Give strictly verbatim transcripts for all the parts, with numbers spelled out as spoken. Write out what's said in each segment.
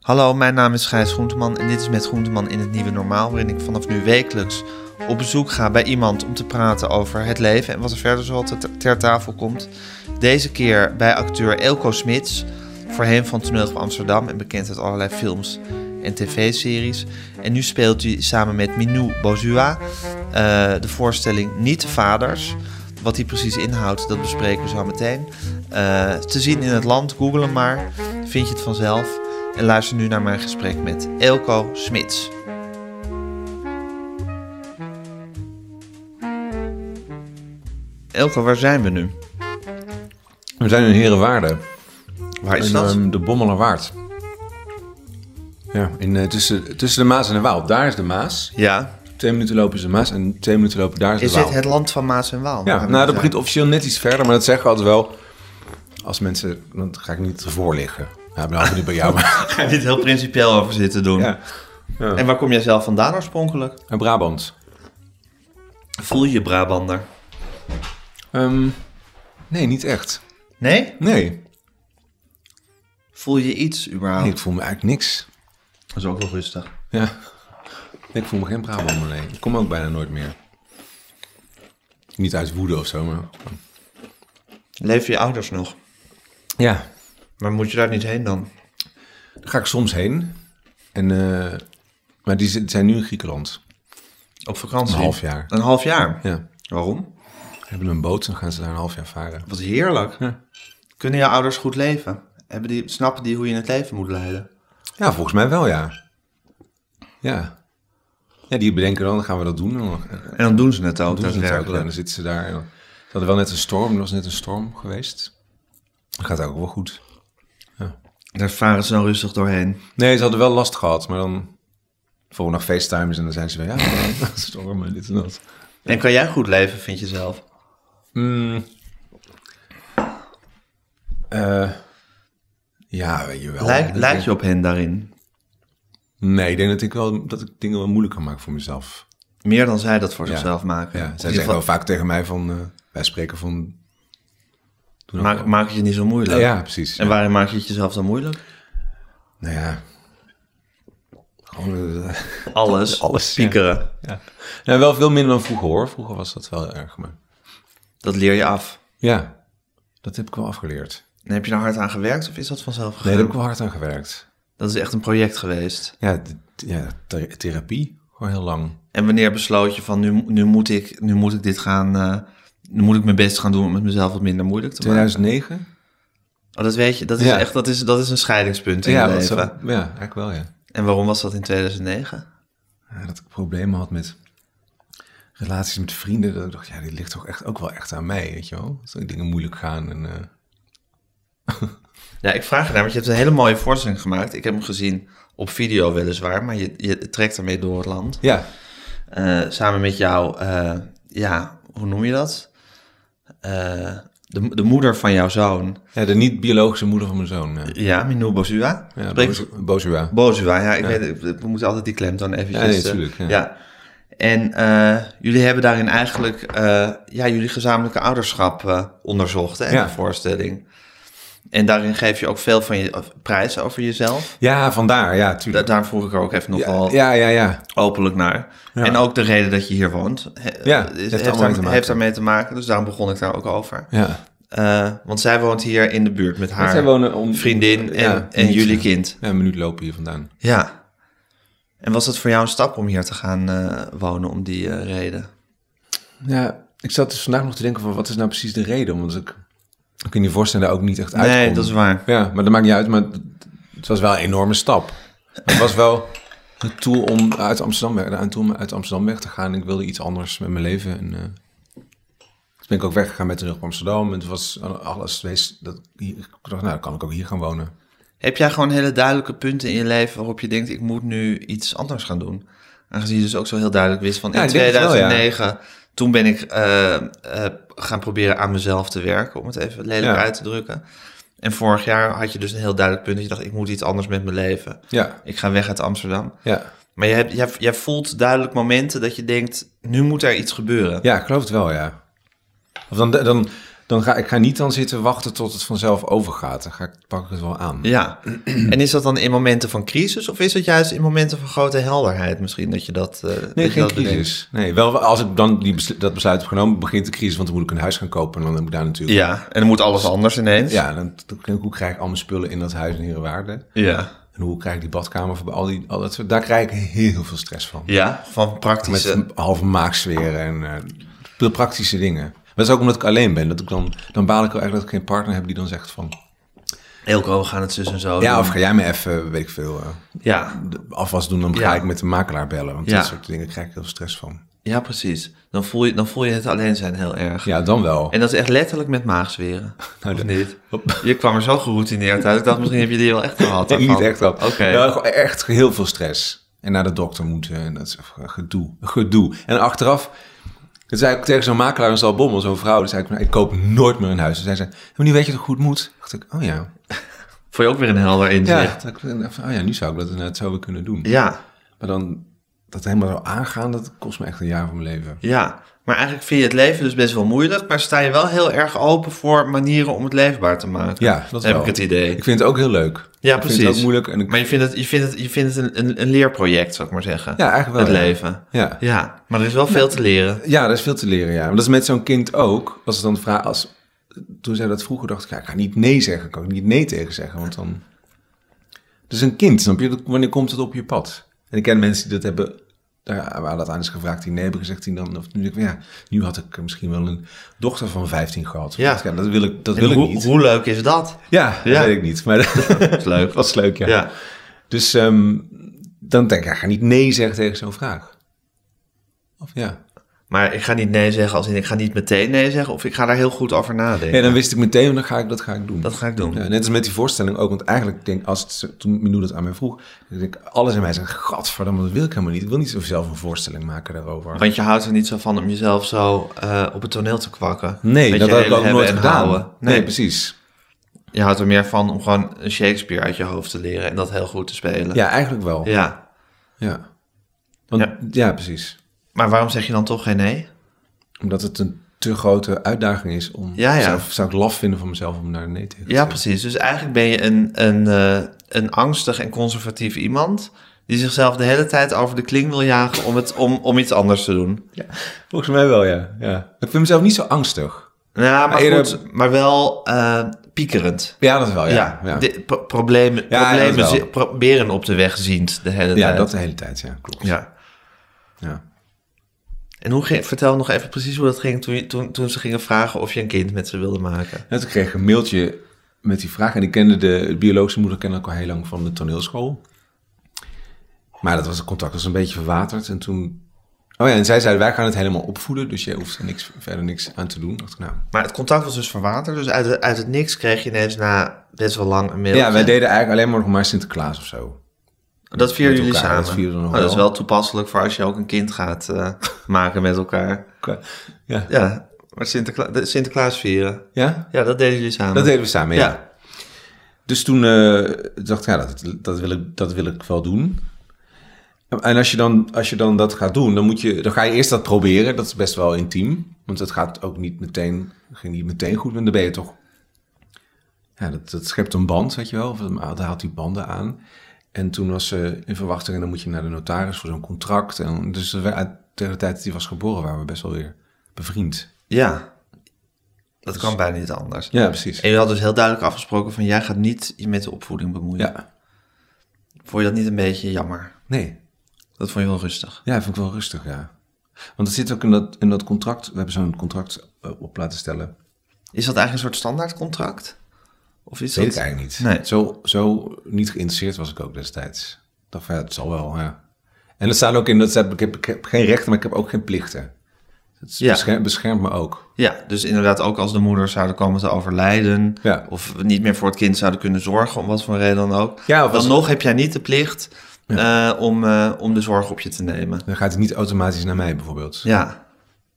Hallo, mijn naam is Gijs Groenteman en dit is Met Groenteman in het Nieuwe Normaal, waarin ik vanaf nu wekelijks op bezoek ga bij iemand om te praten over het leven en wat er verder zoal ter, ter tafel komt. Deze keer bij acteur Eelco Smits, voorheen van Toneel Amsterdam en bekend uit allerlei films en tv-series. En nu speelt hij samen met Minou Bozua uh, de voorstelling Niet de Vaders. Wat die precies inhoudt, dat bespreken we zo meteen. Uh, te zien in het land, google hem maar, vind je het vanzelf. En luister nu naar mijn gesprek met Eelco Smits. Eelco, waar zijn we nu? We zijn in Heerewaarden. Waar is in, dat? Um, de Bommelerwaard. Ja, in, uh, tussen, tussen de Maas en de Waal. Daar is de Maas. Ja. Twee minuten lopen is de Maas en twee minuten lopen daar is de Is Waal. dit het land van Maas en Waal? Ja, nou, dat begint officieel net iets verder, maar dat zeggen we altijd wel. Als mensen, dan ga ik niet ervoor liggen. Ja, behalve niet bij jou. Maar... Ga je dit heel principieel over zitten doen? Ja. Ja. En waar kom jij zelf vandaan oorspronkelijk? Uit Brabant. Voel je je Brabander? Um, nee, niet echt. Nee? Nee. Voel je iets überhaupt? Nee, ik voel me eigenlijk niks. Dat is ook wel rustig. Ja. Nee, ik voel me geen Brabander, nee. Ik kom ook bijna nooit meer. Niet uit woede of zo, maar... Leven je ouders nog? Ja. Maar moet je daar niet heen dan? Daar ga ik soms heen. En, uh, maar die zijn nu in Griekenland. Op vakantie? Een half jaar. Een half jaar? Ja. Waarom? We hebben een boot en dan gaan ze daar een half jaar varen. Wat heerlijk. Ja. Kunnen jouw ouders goed leven? Hebben die, snappen die hoe je het leven moet leiden? Ja, volgens mij wel, ja. Ja. Ja, die bedenken dan, dan gaan we dat doen. En dan, En dan doen ze het ook, doen ze het ook. En daadwerkelijk. dan zitten ze daar. En dan, ze hadden wel net een storm, er was net een storm geweest. Dat gaat ook wel goed. Ja. Daar varen ze dan rustig doorheen. Nee, ze hadden wel last gehad, maar dan... Volgende nog FaceTimes en dan zijn ze weer... Ja, stormen, dit en dat. En kan jij goed leven, vind je zelf? Mm. Uh, ja, weet je wel. Lijk, lijk je op hen daarin? Nee, ik denk dat ik, wel, dat ik dingen wel moeilijker maak voor mezelf. Meer dan zij dat voor Ja. zichzelf maken? Ja, In zij ieder zeggen geval, wel vaak tegen mij van... Uh, wij spreken van... Doe maak, nou- maak je het niet zo moeilijk? Ja, ja, precies. En Ja. waarin maak je het jezelf dan moeilijk? Nou ja... Gewoon... Uh, Alles. Alles, Piekeren. ja. Nou, wel veel minder dan vroeger, hoor. Vroeger was dat wel erg, maar... Dat leer je af. Ja, dat heb ik wel afgeleerd. En heb je daar hard aan gewerkt of is dat vanzelf gegaan? Nee, daar heb ik wel hard aan gewerkt. Dat is echt een project geweest. Ja, d- ja th- therapie. Gewoon heel lang. En wanneer besloot je van nu, nu, moet, ik, nu moet ik dit gaan... Uh, nu moet ik mijn best gaan doen om het mezelf wat minder moeilijk te tweeduizend negen? maken? Oh, dat weet je. Dat is Ja. echt dat is, dat is een scheidingspunt in Ja, je dat leven. zo, ja, eigenlijk wel, ja. En waarom was dat in tweeduizend negen? Ja, dat ik problemen had met relaties met vrienden. Dat ik dacht, ja, dit ligt toch echt ook wel echt aan mij, weet je wel. Dat dingen moeilijk gaan en... Uh... Ja, ik vraag je daar, want je hebt een hele mooie voorstelling gemaakt. Ik heb hem gezien op video weliswaar, maar je, je trekt ermee door het land. Ja. Uh, samen met jou, uh, ja, hoe noem je dat? Uh, de, de moeder van jouw zoon. Ja, de niet-biologische moeder van mijn zoon. Ja, Ja, Minou Bozua. ja Spreek- Bozu- Bozua. Bozua, ja, ik Ja. weet het, we moeten altijd die klemtoon eventjes... Ja, nee, uh, tuurlijk, ja. ja. En uh, jullie hebben daarin eigenlijk uh, ja, jullie gezamenlijke ouderschap uh, onderzocht, hè, in Ja. de voorstelling. En daarin geef je ook veel van je prijs over jezelf. Ja, vandaar, ja, Da- tuurlijk. daar vroeg ik er ook even nogal Ja, ja, ja, ja. openlijk naar. Ja. En ook de reden dat je hier woont, he- Ja, is, heeft heeft, allemaal daar, mee te maken. heeft daarmee te maken. Dus daarom begon ik daar ook over. Ja. Uh, want zij woont hier in de buurt met haar zij wonen om- vriendin en, Ja, en niet, jullie ja. kind. Ja, een minuut lopen hier vandaan. Ja. En was het voor jou een stap om hier te gaan uh, wonen om die uh, reden? Ja, ik zat dus vandaag nog te denken van wat is nou precies de reden? Want ik, ik kan je voorstellen daar ook niet echt uitkomen. Nee, dat is waar. Ja, maar dat maakt niet uit, maar het was wel een enorme stap. Het was wel een tool om uit Amsterdam weg, een tool om uit Amsterdam weg te gaan. Ik wilde iets anders met mijn leven. En uh, toen ben ik ook weggegaan met terug op Amsterdam. En toen was alles wees dat hier, ik dacht, nou, dan kan ik ook hier gaan wonen. Heb jij gewoon hele duidelijke punten in je leven waarop je denkt, ik moet nu iets anders gaan doen? Aangezien je dus ook zo heel duidelijk wist van Ja, in ik denk het wel, tweeduizend negen, toen ben ik uh, uh, gaan proberen aan mezelf te werken, om het even lelijk Ja. uit te drukken. En vorig jaar had je dus een heel duidelijk punt dat je dacht, ik moet iets anders met mijn leven. Ja, Ik ga weg uit Amsterdam. ja. Maar je hebt, jij, jij voelt duidelijk momenten dat je denkt, nu moet er iets gebeuren. Ja, ik geloof het wel, ja. Of dan, dan, dan ga ik ga niet dan zitten wachten tot het vanzelf overgaat. Dan ga ik, pak ik het wel aan. Ja, en is dat dan in momenten van crisis of is het juist in momenten van grote helderheid misschien dat je dat... Uh, nee, dat geen dat crisis. bedenkt? Nee, wel als ik dan die besl- dat besluit heb genomen, begint de crisis, want dan moet ik een huis gaan kopen en dan heb ik daar natuurlijk... Ja, en dan moet alles anders ineens. Ja, dan, dan hoe krijg ik al mijn spullen in dat huis in Herenwaarde? Ja. En hoe krijg ik die badkamer voor al die, al dat soort, daar krijg ik heel veel stress van. Ja, van praktische... Met halve maagsferen en uh, veel praktische dingen. Maar dat is ook omdat ik alleen ben. Dat ik dan, dan baal ik wel echt dat ik geen partner heb die dan zegt van... Elko, we gaan het zus en zo Ja, doen. of ga jij me even, weet ik veel, uh, Ja. de afwas doen, dan ga Ja. ik met de makelaar bellen. Want Ja. dat soort dingen krijg ik heel veel stress van. Ja, precies. Dan voel, je, dan voel je het alleen zijn heel erg. Ja, dan wel. En dat is echt letterlijk met maagzweren. Nou, Of de- niet? Hop. Je kwam er zo geroutineerd uit. Ik dacht, misschien heb je die wel echt gehad. Nee, niet daarvan. echt wel. Oké. Ja, gewoon echt heel veel stress. En naar de dokter moeten. En dat is gedoe. Gedoe. En achteraf... Dat zei ik tegen zo'n makelaar in Zaltbommel, zo'n vrouw. Die zei ik, ik koop nooit meer een huis. Toen zei ze, maar nu weet je toch hoe het moet? Dacht ik, oh ja. Vond je ook weer een helder Ja, inzicht? dacht ik, oh ja, nu zou ik dat inderdaad zo weer kunnen doen. Ja. Maar dan dat helemaal zo aangaan, dat kost me echt een jaar van mijn leven. Ja. Maar eigenlijk vind je het leven dus best wel moeilijk. Maar sta je wel heel erg open voor manieren om het leefbaar te maken. Ja, dat heb wel. ik het idee. Ik vind het ook heel leuk. Ja, ik precies. vind het ook moeilijk. En ik, Maar je vindt het, je vindt het, je vindt het een, een, een leerproject, zou ik maar zeggen. ja, eigenlijk wel. Het ja. leven. Ja. Ja, maar er is wel veel te leren. Ja, dat is veel te leren, ja. Maar dat is met zo'n kind ook. Als het dan vraag, als toen zij dat vroeger dacht ik, ja, ik ga niet nee zeggen. Ik kan niet nee tegen zeggen, want dan... Het is een kind, snap je? Wanneer komt het op je pad? En ik ken mensen die dat hebben... Daar waar dat aan is gevraagd, die nee hebben gezegd, die dan... Of nu denk ik, ja, nu had ik misschien wel een dochter van vijftien gehad. Ja. Ja, dat wil ik, dat En wil ik hoe, niet. hoe leuk is dat? Ja, dat Ja. weet ik niet. Maar Dat is leuk. dat was leuk, ja. Ja. Dus um, dan denk ik, ja, ga niet nee zeggen tegen zo'n vraag. Of ja. Maar ik ga niet nee zeggen als in ik ga niet meteen nee zeggen. Of ik ga daar heel goed over nadenken. Ja, dan wist ik meteen, dan ga ik, dat ga ik doen. Dat ga ik doen. Ja, net als met die voorstelling ook. Want eigenlijk denk ik, als het, toen Minou dat aan mij vroeg, dan denk ik, alles in mij zegt, gadverdamme, dat wil ik helemaal niet. Ik wil niet zelf een voorstelling maken daarover. Want je houdt er niet zo van om jezelf zo uh, op het toneel te kwakken. Nee, Met dat je had ik hele ook nooit hebben en gedaan. houden. Nee. Nee, precies. Je houdt er meer van om gewoon een Shakespeare uit je hoofd te leren en dat heel goed te spelen. Ja, eigenlijk wel. Ja. Ja. Want, Ja. ja, precies. Maar waarom zeg je dan toch geen nee? Omdat het een te grote uitdaging is om... Ja, ja. Zou, zou ik laf vinden van mezelf om naar nee tegen te Ja, zeggen. precies. Dus eigenlijk ben je een, een, uh, een angstig en conservatief iemand die zichzelf de hele tijd over de kling wil jagen om, het, om, om iets anders te doen. Ja, volgens mij wel, ja. ja. Ik vind mezelf niet zo angstig. Ja, maar, Maar eerder- goed, maar wel uh, piekerend. Ja, dat wel, ja. Ja, ja. de- pro- problemen, Ja, problemen dat wel. zi- proberen op de weg ziend de hele Ja, tijd. dat de hele tijd, ja, klopt. Ja. Ja. En hoe ging, vertel nog even precies hoe dat ging toen, je, toen, toen ze gingen vragen of je een kind met ze wilde maken. En toen kreeg ik een mailtje met die vraag. En ik kende de, de biologische moeder kende ik al heel lang van de toneelschool. Maar dat was het contact was een beetje verwaterd. En toen... Oh ja, en zij zeiden, wij gaan het helemaal opvoeden. Dus je hoeft er niks, verder niks aan te doen. Dacht ik, nou... Maar het contact was dus verwaterd. Dus uit, het- uit het niks kreeg je ineens na best wel lang een mailtje. Ja, wij deden eigenlijk alleen maar nog maar Sinterklaas of zo. Dat vierden met jullie elkaar, samen. dat vierden we nog Oh, dat is wel. wel toepasselijk voor als je ook een kind gaat uh, maken met elkaar. Ja. Ja, maar Sinterkla- de Sinterklaas vieren. Ja? Ja, dat deden jullie samen. Dat deden we samen, ja. Ja. Dus toen uh, dacht ik, ja, dat, dat, wil ik, dat wil ik wel doen. En als je, dan, als je dan dat gaat doen, dan, moet je, dan ga je eerst dat proberen. Dat is best wel intiem. Want het gaat ook niet meteen, ging niet meteen goed. Maar dan ben je toch... Ja, dat, dat schept een band, weet je wel. Of dat haalt die banden aan. En toen was ze in verwachting en dan moet je naar de notaris voor zo'n contract. En dus we, tegen de tijd dat hij was geboren waren we best wel weer bevriend. Ja, dat kan bijna niet anders. Ja, precies. En je had dus heel duidelijk afgesproken van jij gaat niet je met de opvoeding bemoeien. Ja. Vond je dat niet een beetje jammer? Nee. Dat vond je wel rustig? Ja, vind ik wel rustig, ja. Want het zit ook in dat, in dat contract. We hebben zo'n contract op laten stellen. Is dat eigenlijk een soort standaardcontract? Of is Weet dat... ik eigenlijk niet. Nee. Zo, zo niet geïnteresseerd was ik ook destijds. Ik dacht van, ja, het zal wel, ja. En het staat ook in, dat staat, ik, heb, ik heb geen rechten, maar ik heb ook geen plichten. Het Ja. beschermt, beschermt me ook. Ja, dus inderdaad ook als de moeders zouden komen te overlijden... Ja. of niet meer voor het kind zouden kunnen zorgen, om wat voor reden dan ook... Ja, of als- dan nog heb jij niet de plicht uh, om, uh, om de zorg op je te nemen. Dan gaat het niet automatisch naar mij, bijvoorbeeld. Ja.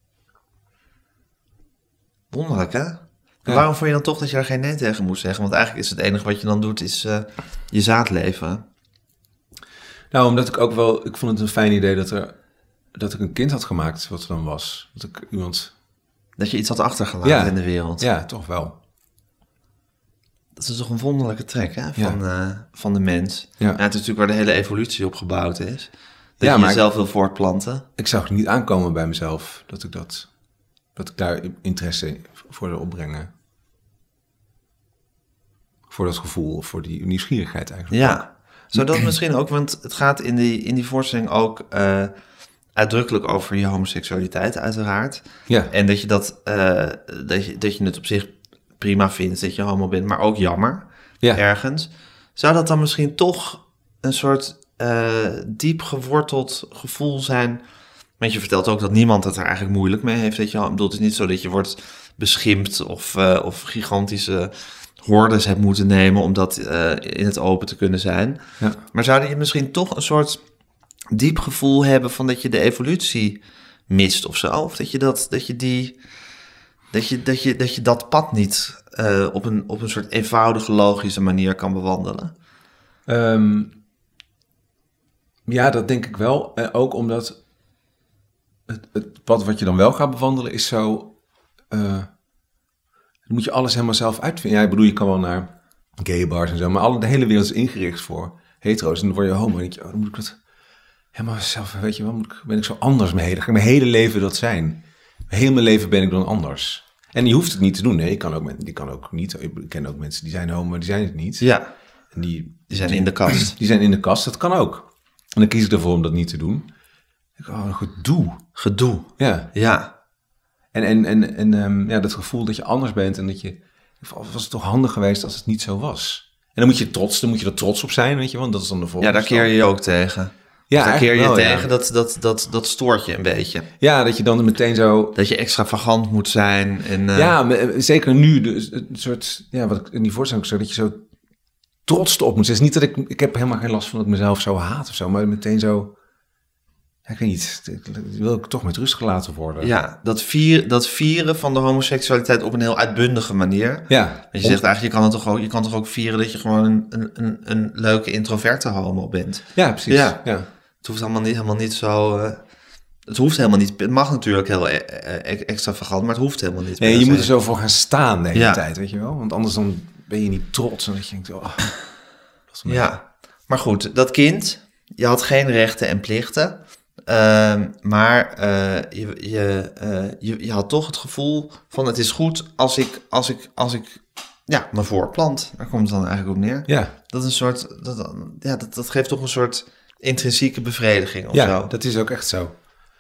Wonderlijk, hè? Ja. Waarom vond je dan toch dat je er geen nee tegen moest zeggen? Want eigenlijk is het enige wat je dan doet, is uh, je zaad leveren. Nou, omdat ik ook wel... Ik vond het een fijn idee dat, er, dat ik een kind had gemaakt, wat er dan was. Dat ik iemand Dat je iets had achtergelaten Ja. in de wereld. Ja, toch wel. Dat is toch een wonderlijke trek hè, van, Ja. uh, van de mens. Ja. Ja, het is natuurlijk waar de hele evolutie op gebouwd is. Dat Ja, je maar jezelf wil voortplanten. Ik zag het niet aankomen bij mezelf dat ik dat, dat ik daar interesse voor wil opbrengen. Voor dat gevoel, voor die nieuwsgierigheid eigenlijk. Ja, zodat misschien ook, want het gaat in die, in die voorstelling ook uh, uitdrukkelijk over je homoseksualiteit uiteraard. Ja. En dat je, dat, uh, dat, je, dat je het op zich prima vindt dat je homo bent, maar ook jammer Ja. ergens. Zou dat dan misschien toch een soort uh, diep geworteld gevoel zijn? Want je vertelt ook dat niemand het er eigenlijk moeilijk mee heeft. Dat je, ik bedoel, het is niet zo dat je wordt beschimpt of, uh, of gigantische hordes hebt moeten nemen om dat uh, in het open te kunnen zijn. Ja. Maar zou je misschien toch een soort diep gevoel hebben van dat je de evolutie mist of zo? Of dat je dat, dat je die, dat je, dat je, dat je dat pad niet uh, op een, op een soort eenvoudige, logische manier kan bewandelen? Um, ja, dat denk ik wel. Uh, ook omdat het, het pad wat je dan wel gaat bewandelen is zo... Uh, dan moet je alles helemaal zelf uitvinden. Ja, ik bedoel, je kan wel naar gay bars en zo, maar alle, de hele wereld is ingericht voor hetero's. En dan word je homo en denk je, oh, dan moet ik dat helemaal zelf, weet je wel, moet ik, ben ik zo anders mee. Dan ga ik mijn hele leven dat zijn. Heel mijn leven ben ik dan anders. En je hoeft het niet te doen. Nee, je kan ook, die kan ook niet. Ik ken ook mensen die zijn homo, maar die zijn het niet. Ja, en die, die zijn die, in de kast. Die zijn in de kast, dat kan ook. En dan kies ik ervoor om dat niet te doen. Ik, oh, gedoe. Gedoe. Ja. Ja. En, en, en, en um, ja, dat gevoel dat je anders bent en dat je... Was het toch handig geweest als het niet zo was? En dan moet je trots, dan moet je er trots op zijn, weet je, want dat is dan de volgende. Ja, daar keer je je ook tegen. Ja, daar keer je wel, tegen, ja. dat, dat, dat, dat stoort je een beetje. Ja, dat je dan meteen zo... Dat je extravagant moet zijn. En, uh... Ja, maar zeker nu, dus een soort... Ja, wat ik in die voorstelling zo, dat je zo trots op moet zijn. Het is niet dat ik... Ik heb helemaal geen last van dat ik mezelf zo haat of zo, maar meteen zo... Ja, ik weet niet, wil ik toch met rust gelaten worden. Ja, dat, vier, dat vieren van de homoseksualiteit op een heel uitbundige manier. Ja. Want je zegt eigenlijk, je kan, het toch ook, je kan toch ook vieren dat je gewoon een, een, een, een leuke introverte homo bent. Ja, precies. Ja. Ja. Het hoeft allemaal niet, helemaal niet zo... Uh, het hoeft helemaal niet... Het mag natuurlijk heel e- e- extravagant, maar het hoeft helemaal niet. Nee, je moet er zo voor gaan staan de hele ja. tijd, weet je wel. Want anders dan ben je niet trots en dat je denkt, oh, dat is ja, maar goed, dat kind, je had geen rechten en plichten... Uh, maar uh, je, je, uh, je, je had toch het gevoel van het is goed als ik, als ik, als ik ja, me voorplant. Daar komt het dan eigenlijk op neer. Ja. Dat is een soort, dat, ja, dat, dat geeft toch een soort intrinsieke bevrediging of ja, zo. Dat is ook echt zo.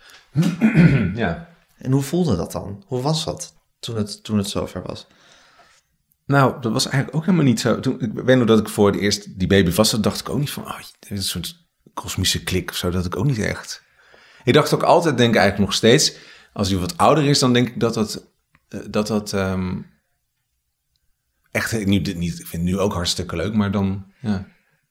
Ja. En hoe voelde dat dan? Hoe was dat toen het, toen het zover was? Nou, dat was eigenlijk ook helemaal niet zo. Toen, ik weet nog dat ik voor het eerst die baby vast had, dacht ik ook niet van, oh, dit is een soort kosmische klik of zo. Dat ik ook niet echt... Ik dacht ook altijd, denk ik eigenlijk nog steeds, als hij wat ouder is, dan denk ik dat dat, dat, dat um, echt, nu, dit niet, ik vind het nu ook hartstikke leuk, maar dan, ja.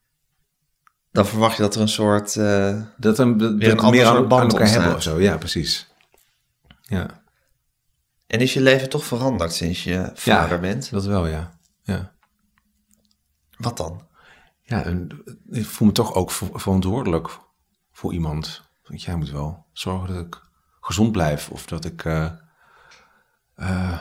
Dan verwacht je dat er een soort, uh, dat er dat, weer dat een meer andere aan, band aan elkaar ontstaat. hebben of zo, ja, precies. Ja. En is je leven toch veranderd sinds je vader ja, bent? Dat wel, ja. ja. Wat dan? Ja, en, ik voel me toch ook ver- verantwoordelijk voor iemand. Want jij moet wel zorgen dat ik gezond blijf. Of dat ik... Uh, uh,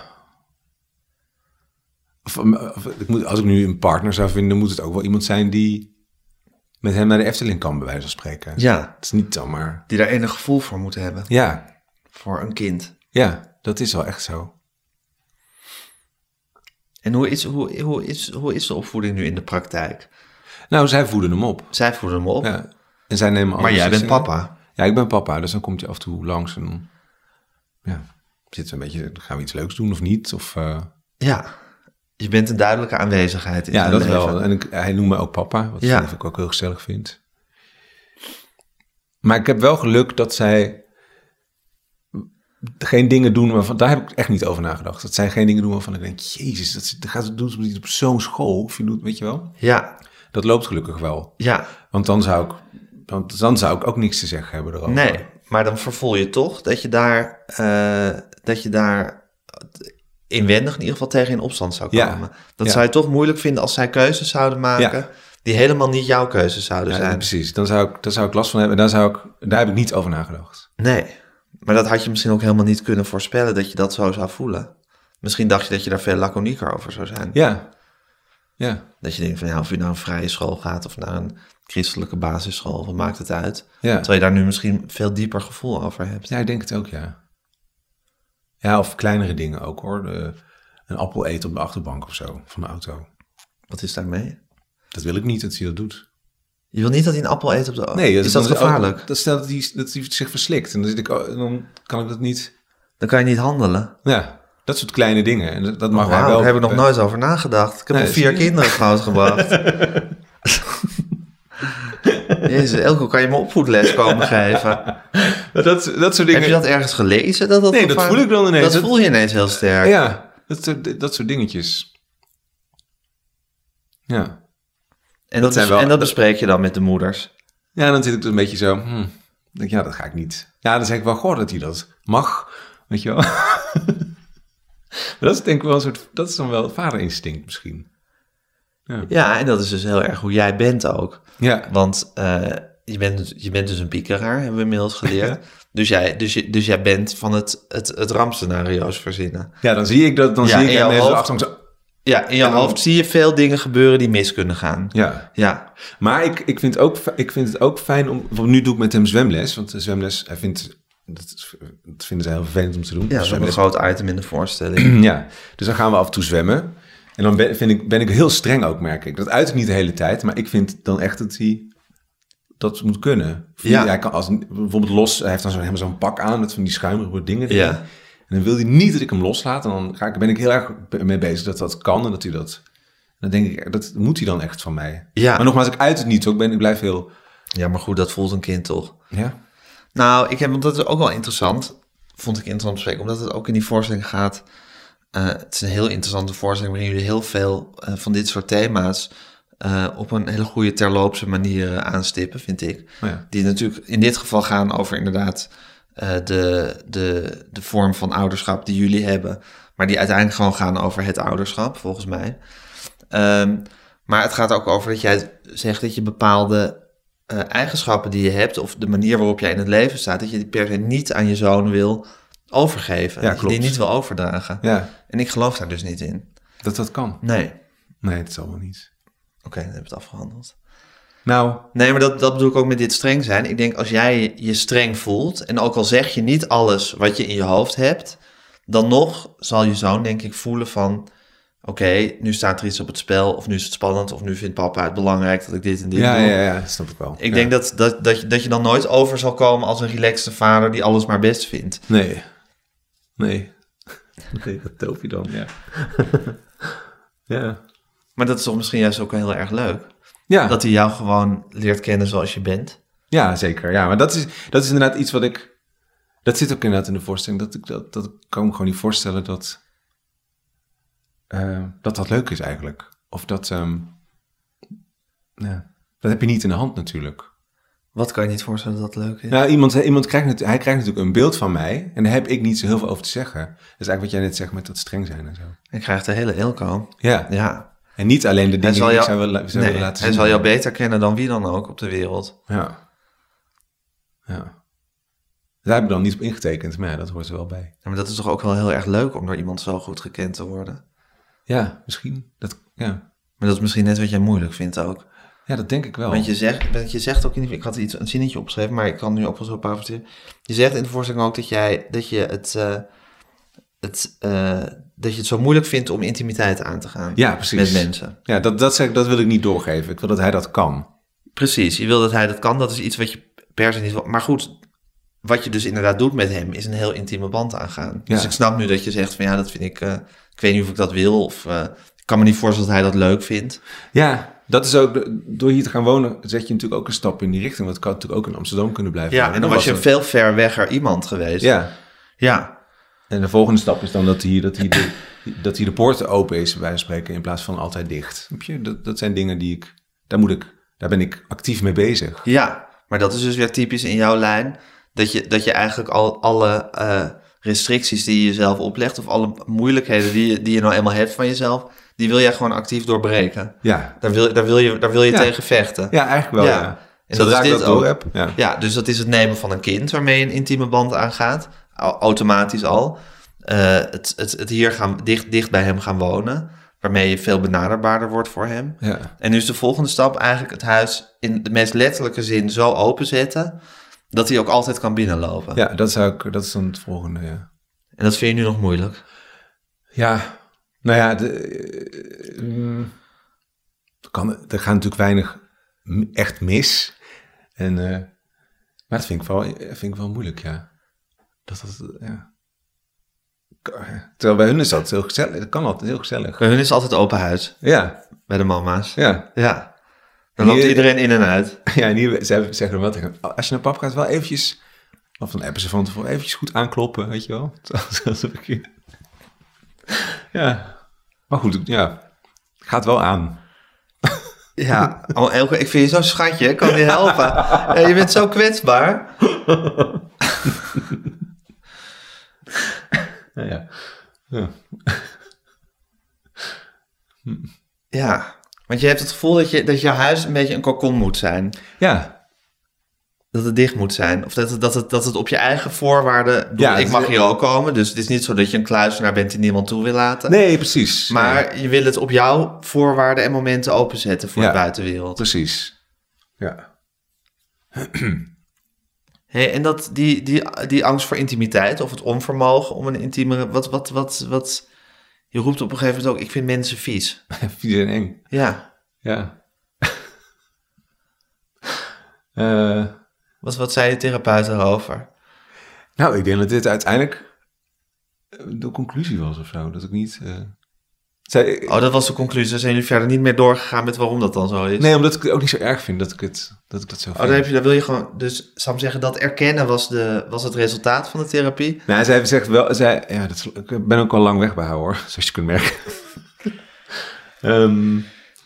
of, of, ik moet, als ik nu een partner zou vinden, moet het ook wel iemand zijn die met hem naar de Efteling kan, bij wijze van spreken. Ja. Het is niet dan maar... Die daar enig gevoel voor moet hebben. Ja. Voor een kind. Ja, dat is wel echt zo. En hoe is, hoe, hoe, is, hoe is de opvoeding nu in de praktijk? Nou, zij voeden hem op. Zij voeden hem op. Ja. En zij nemen maar jij bent papa. Ja, ik ben papa, dus dan komt hij af en toe langs en dan, ja, zitten we een beetje, gaan we iets leuks doen of niet? Of, uh... Ja, je bent een duidelijke aanwezigheid in ja, zijn dat leven. wel. En ik, hij noemt me ook papa, wat ja. ik ook heel gezellig vind. Maar ik heb wel geluk dat zij geen dingen doen waarvan, daar heb ik echt niet over nagedacht. Dat zij geen dingen doen waarvan ik denk, jezus, dat, dat gaat het doen niet op zo'n school, of je doet, weet je wel? Ja. Dat loopt gelukkig wel. Ja. Want dan zou ik, want dan zou ik ook niks te zeggen hebben erover. Nee, maar dan vervoel je toch dat je daar, uh, dat je daar inwendig in ieder geval tegen in opstand zou komen. Ja. Dat ja. zou je toch moeilijk vinden als zij keuzes zouden maken Ja. die helemaal niet jouw keuzes zouden Ja, zijn. precies. Dan zou ik, daar zou ik last van hebben. Daar, zou ik, daar heb ik niet over nagedacht. Nee, Maar dat had je misschien ook helemaal niet kunnen voorspellen dat je dat zo zou voelen. Misschien dacht je dat je daar veel laconieker over zou zijn. Ja. Ja. Dat je denkt van ja, of je naar een vrije school gaat of naar een christelijke basisschool, wat maakt het uit? Ja. Terwijl je daar nu misschien veel dieper gevoel over hebt. Ja, ik denk het ook, ja. Ja, of kleinere dingen ook, hoor. De, een appel eten op de achterbank of zo, van de auto. Wat is daarmee? Dat wil ik niet dat hij dat doet. Je wil niet dat hij een appel eet op de... Nee, is dat gevaarlijk? Ook, dat stelt dat hij, dat hij zich verslikt. En dan, zit ik, dan kan ik dat niet... Dan kan je niet handelen. Ja, dat soort kleine dingen. En dat, dat mag oh, hij wow, wel... Daar heb ik nog nooit over nagedacht. Ik heb nee, al vier kinderen grootgebracht. Jezus, Elko, kan je me opvoedles komen geven? dat, dat soort dingen... Heb je dat ergens gelezen? Dat dat nee, dat voel ik dan ineens. Dat, dat voel je ineens heel sterk. Ja, dat, dat soort dingetjes. Ja. En dat, dat, wel, en dat bespreek je dan met de moeders? Ja, dan zit ik dus een beetje zo... Hm, denk, ja, dat ga ik niet. Ja, dan zeg ik wel, goh, dat hij dat mag. Weet je wel. dat is denk ik wel een soort... Dat is dan wel vaderinstinct misschien. Ja. ja, en dat is dus heel erg hoe jij bent ook. Ja. Want uh, je, bent, je bent dus een piekeraar, hebben we inmiddels geleerd. dus, jij, dus, je, dus jij bent van het, het, het rampscenario's verzinnen. Ja, dan zie ik dat... Dan ja, zie ik in jouw en hoofd, zo, zo, ja, in jouw dan, hoofd zie je veel dingen gebeuren die mis kunnen gaan. Ja. ja. Maar ik, ik, vind ook, ik vind het ook fijn om... Nu doe ik met hem zwemles, want de zwemles... Hij vindt... Dat, dat vinden ze heel vervelend om te doen. Ja, dat is een groot item in de voorstelling. ja, dus dan gaan we af en toe zwemmen. En dan ben, vind ik, ben ik heel streng ook, merk ik. Dat uit ik niet de hele tijd, maar ik vind dan echt dat hij dat moet kunnen. Ja. Hij kan als bijvoorbeeld los, hij heeft dan zo, helemaal zo'n pak aan met van die schuimige dingen. Ja. En dan wil hij niet dat ik hem loslaat. En dan ga ik, ben ik heel erg mee bezig dat dat kan en dat hij dat... Dan denk ik, dat moet hij dan echt van mij. Ja. Maar nogmaals, ik uit het niet, ook ben ik blijf heel... Ja, maar goed, dat voelt een kind toch? Ja. Nou, ik heb, want dat is ook wel interessant, vond ik interessant te spreken, omdat het ook in die voorstelling gaat. Uh, het is een heel interessante voorstelling waarin jullie heel veel uh, van dit soort thema's uh, op een hele goede terloopse manier uh, aanstippen, vind ik. Oh ja. Die natuurlijk in dit geval gaan over inderdaad uh, de, de, de vorm van ouderschap die jullie hebben, maar die uiteindelijk gewoon gaan over het ouderschap, volgens mij. Um, maar het gaat ook over dat jij zegt dat je bepaalde Uh, eigenschappen die je hebt, of de manier waarop jij in het leven staat, dat je die per se niet aan je zoon wil overgeven. Ja, dat klopt. je die niet wil overdragen. Ja. En ik geloof daar dus niet in. Dat dat kan? Nee. Nee, dat zal wel niet. Oké, okay, dan hebben we het afgehandeld. Nou. Nee, maar dat, dat bedoel ik ook met dit streng zijn. Ik denk, als jij je streng voelt, en ook al zeg je niet alles wat je in je hoofd hebt, dan nog zal je zoon, denk ik, voelen van... Oké, okay, nu staat er iets op het spel, of nu is het spannend, of nu vindt papa het belangrijk dat ik dit en dit ja, doe. Ja, ja, dat snap ik wel. Ik ja. denk dat, dat, dat, je, dat je dan nooit over zal komen als een relaxte vader die alles maar best vindt. Nee. Nee. Nee, dat doop je dan, ja. ja. Maar dat is toch misschien juist ook heel erg leuk? Ja. Dat hij jou gewoon leert kennen zoals je bent. Ja, zeker. Ja, maar dat is, dat is inderdaad iets wat ik... Dat zit ook inderdaad in de voorstelling. Dat, ik, dat, dat kan ik me gewoon niet voorstellen dat... Uh, dat dat leuk is eigenlijk. Of dat... Um, ja, dat heb je niet in de hand natuurlijk. Wat kan je niet voorstellen dat dat leuk is? Nou, iemand, iemand krijgt, hij krijgt natuurlijk een beeld van mij. En daar heb ik niet zo heel veel over te zeggen. Dat is eigenlijk wat jij net zegt met dat streng zijn en zo. Hij krijgt de hele Elko. Ja. ja. En niet alleen de dingen die jou, ik zou, willen, zou nee, willen laten hij zien. Hij zal jou beter kennen dan wie dan ook op de wereld. Ja. Ja. Daar heb ik dan niet op ingetekend, maar ja, dat hoort er wel bij. Ja, maar dat is toch ook wel heel erg leuk om door iemand zo goed gekend te worden? Ja, misschien. Dat, ja. Maar dat is misschien net wat jij moeilijk vindt ook. Ja, dat denk ik wel. Want je zegt, want je zegt ook in ik had iets, een zinnetje opgeschreven, maar ik kan nu ook wel zo parafraseren. Je zegt in de voorstelling ook dat jij dat je het, uh, het uh, dat je het zo moeilijk vindt om intimiteit aan te gaan. Ja, precies. Met mensen. Ja, dat, dat, zeg, dat wil ik niet doorgeven. Ik wil dat hij dat kan. Precies. Je wil dat hij dat kan. Dat is iets wat je per se niet wil. Maar goed, wat je dus inderdaad doet met hem is een heel intieme band aangaan. Ja. Dus ik snap nu dat je zegt van ja, dat vind ik. Uh, ik weet niet of ik dat wil of uh, ik kan me niet voorstellen dat hij dat leuk vindt. Ja. Dat is ook, door hier te gaan wonen, zet je natuurlijk ook een stap in die richting. Want het kan natuurlijk ook in Amsterdam kunnen blijven. Ja, en dan was je een veel ver wegger iemand geweest. Ja. Ja. En de volgende stap is dan dat hier, dat hier, de, dat hier de poort open is, bij wijze van spreken, in plaats van altijd dicht. Dat, dat zijn dingen die ik, daar moet ik, daar ben ik actief mee bezig. Ja, maar dat is dus weer typisch in jouw lijn. Dat je, dat je eigenlijk al alle uh, restricties die je jezelf oplegt, of alle moeilijkheden die je, die je nou eenmaal hebt van jezelf, die wil jij gewoon actief doorbreken. Ja. Daar wil, daar wil je, daar wil je ja. tegen vechten. Ja, eigenlijk wel, ja. ja. En Zodra dat ik is dat dit ook. door heb. Ja. Ja, dus dat is het nemen van een kind waarmee je een intieme band aangaat. Au- Automatisch al. Uh, het, het, het hier gaan, dicht, dicht bij hem gaan wonen. Waarmee je veel benaderbaarder wordt voor hem. Ja. En nu is de volgende stap eigenlijk het huis in de meest letterlijke zin zo openzetten dat hij ook altijd kan binnenlopen. Ja, dat, zou ik, dat is dan het volgende, ja. En dat vind je nu nog moeilijk? Ja, nou ja, de, uh, er, kan, er gaat natuurlijk weinig echt mis. En, uh, maar dat vind ik, wel, vind ik wel moeilijk, ja. Dat, dat, ja. Terwijl bij hun is dat heel gezellig. Dat kan altijd heel gezellig. Bij hun is het altijd open huis. Ja. Bij de mama's. Ja. Ja. Dan loopt hier, iedereen in en uit. Ja, en hier ze zeggen wel tegen hem, als je naar pap gaat, wel eventjes, of dan appen ze van tevoren, eventjes goed aankloppen, weet je wel. Ja. Maar goed, ja. Gaat wel aan. Ja, oh, Elke, ik vind je zo'n schatje, ik kan je helpen. Ja, je bent zo kwetsbaar. Ja, ja. Ja. Ja, want je hebt het gevoel dat, je, dat jouw huis een beetje een cocon moet zijn. Ja. Dat het dicht moet zijn. Of dat het, dat het, dat het op je eigen voorwaarden... Ja, ik mag hier ook komen, dus het is niet zo dat je een kluisenaar bent die niemand toe wil laten. Nee, precies. Maar nee. je wil het op jouw voorwaarden en momenten openzetten voor ja, de buitenwereld. Precies. Ja. Hey, en dat, die, die, die angst voor intimiteit of het onvermogen om een intiemere... Wat, wat, wat, wat, je roept op een gegeven moment ook, ik vind mensen vies. Vies en eng. Ja. Ja. uh, wat, wat zei je therapeut erover? Nou, ik denk dat dit uiteindelijk de conclusie was of zo. Dat ik niet... Uh... Zij, oh, dat was de conclusie. Dan zijn jullie verder niet meer doorgegaan met waarom dat dan zo is? Nee, omdat ik het ook niet zo erg vind dat ik, het, dat, ik dat zo vind. Oh, dan, heb je, dan wil je gewoon... Dus, zou ik zeggen, dat erkennen was, de, was het resultaat van de therapie? Nou, zij zegt wel... Zij, ja, dat is, ik ben ook al lang weg bij haar, hoor. Zoals je kunt merken. um,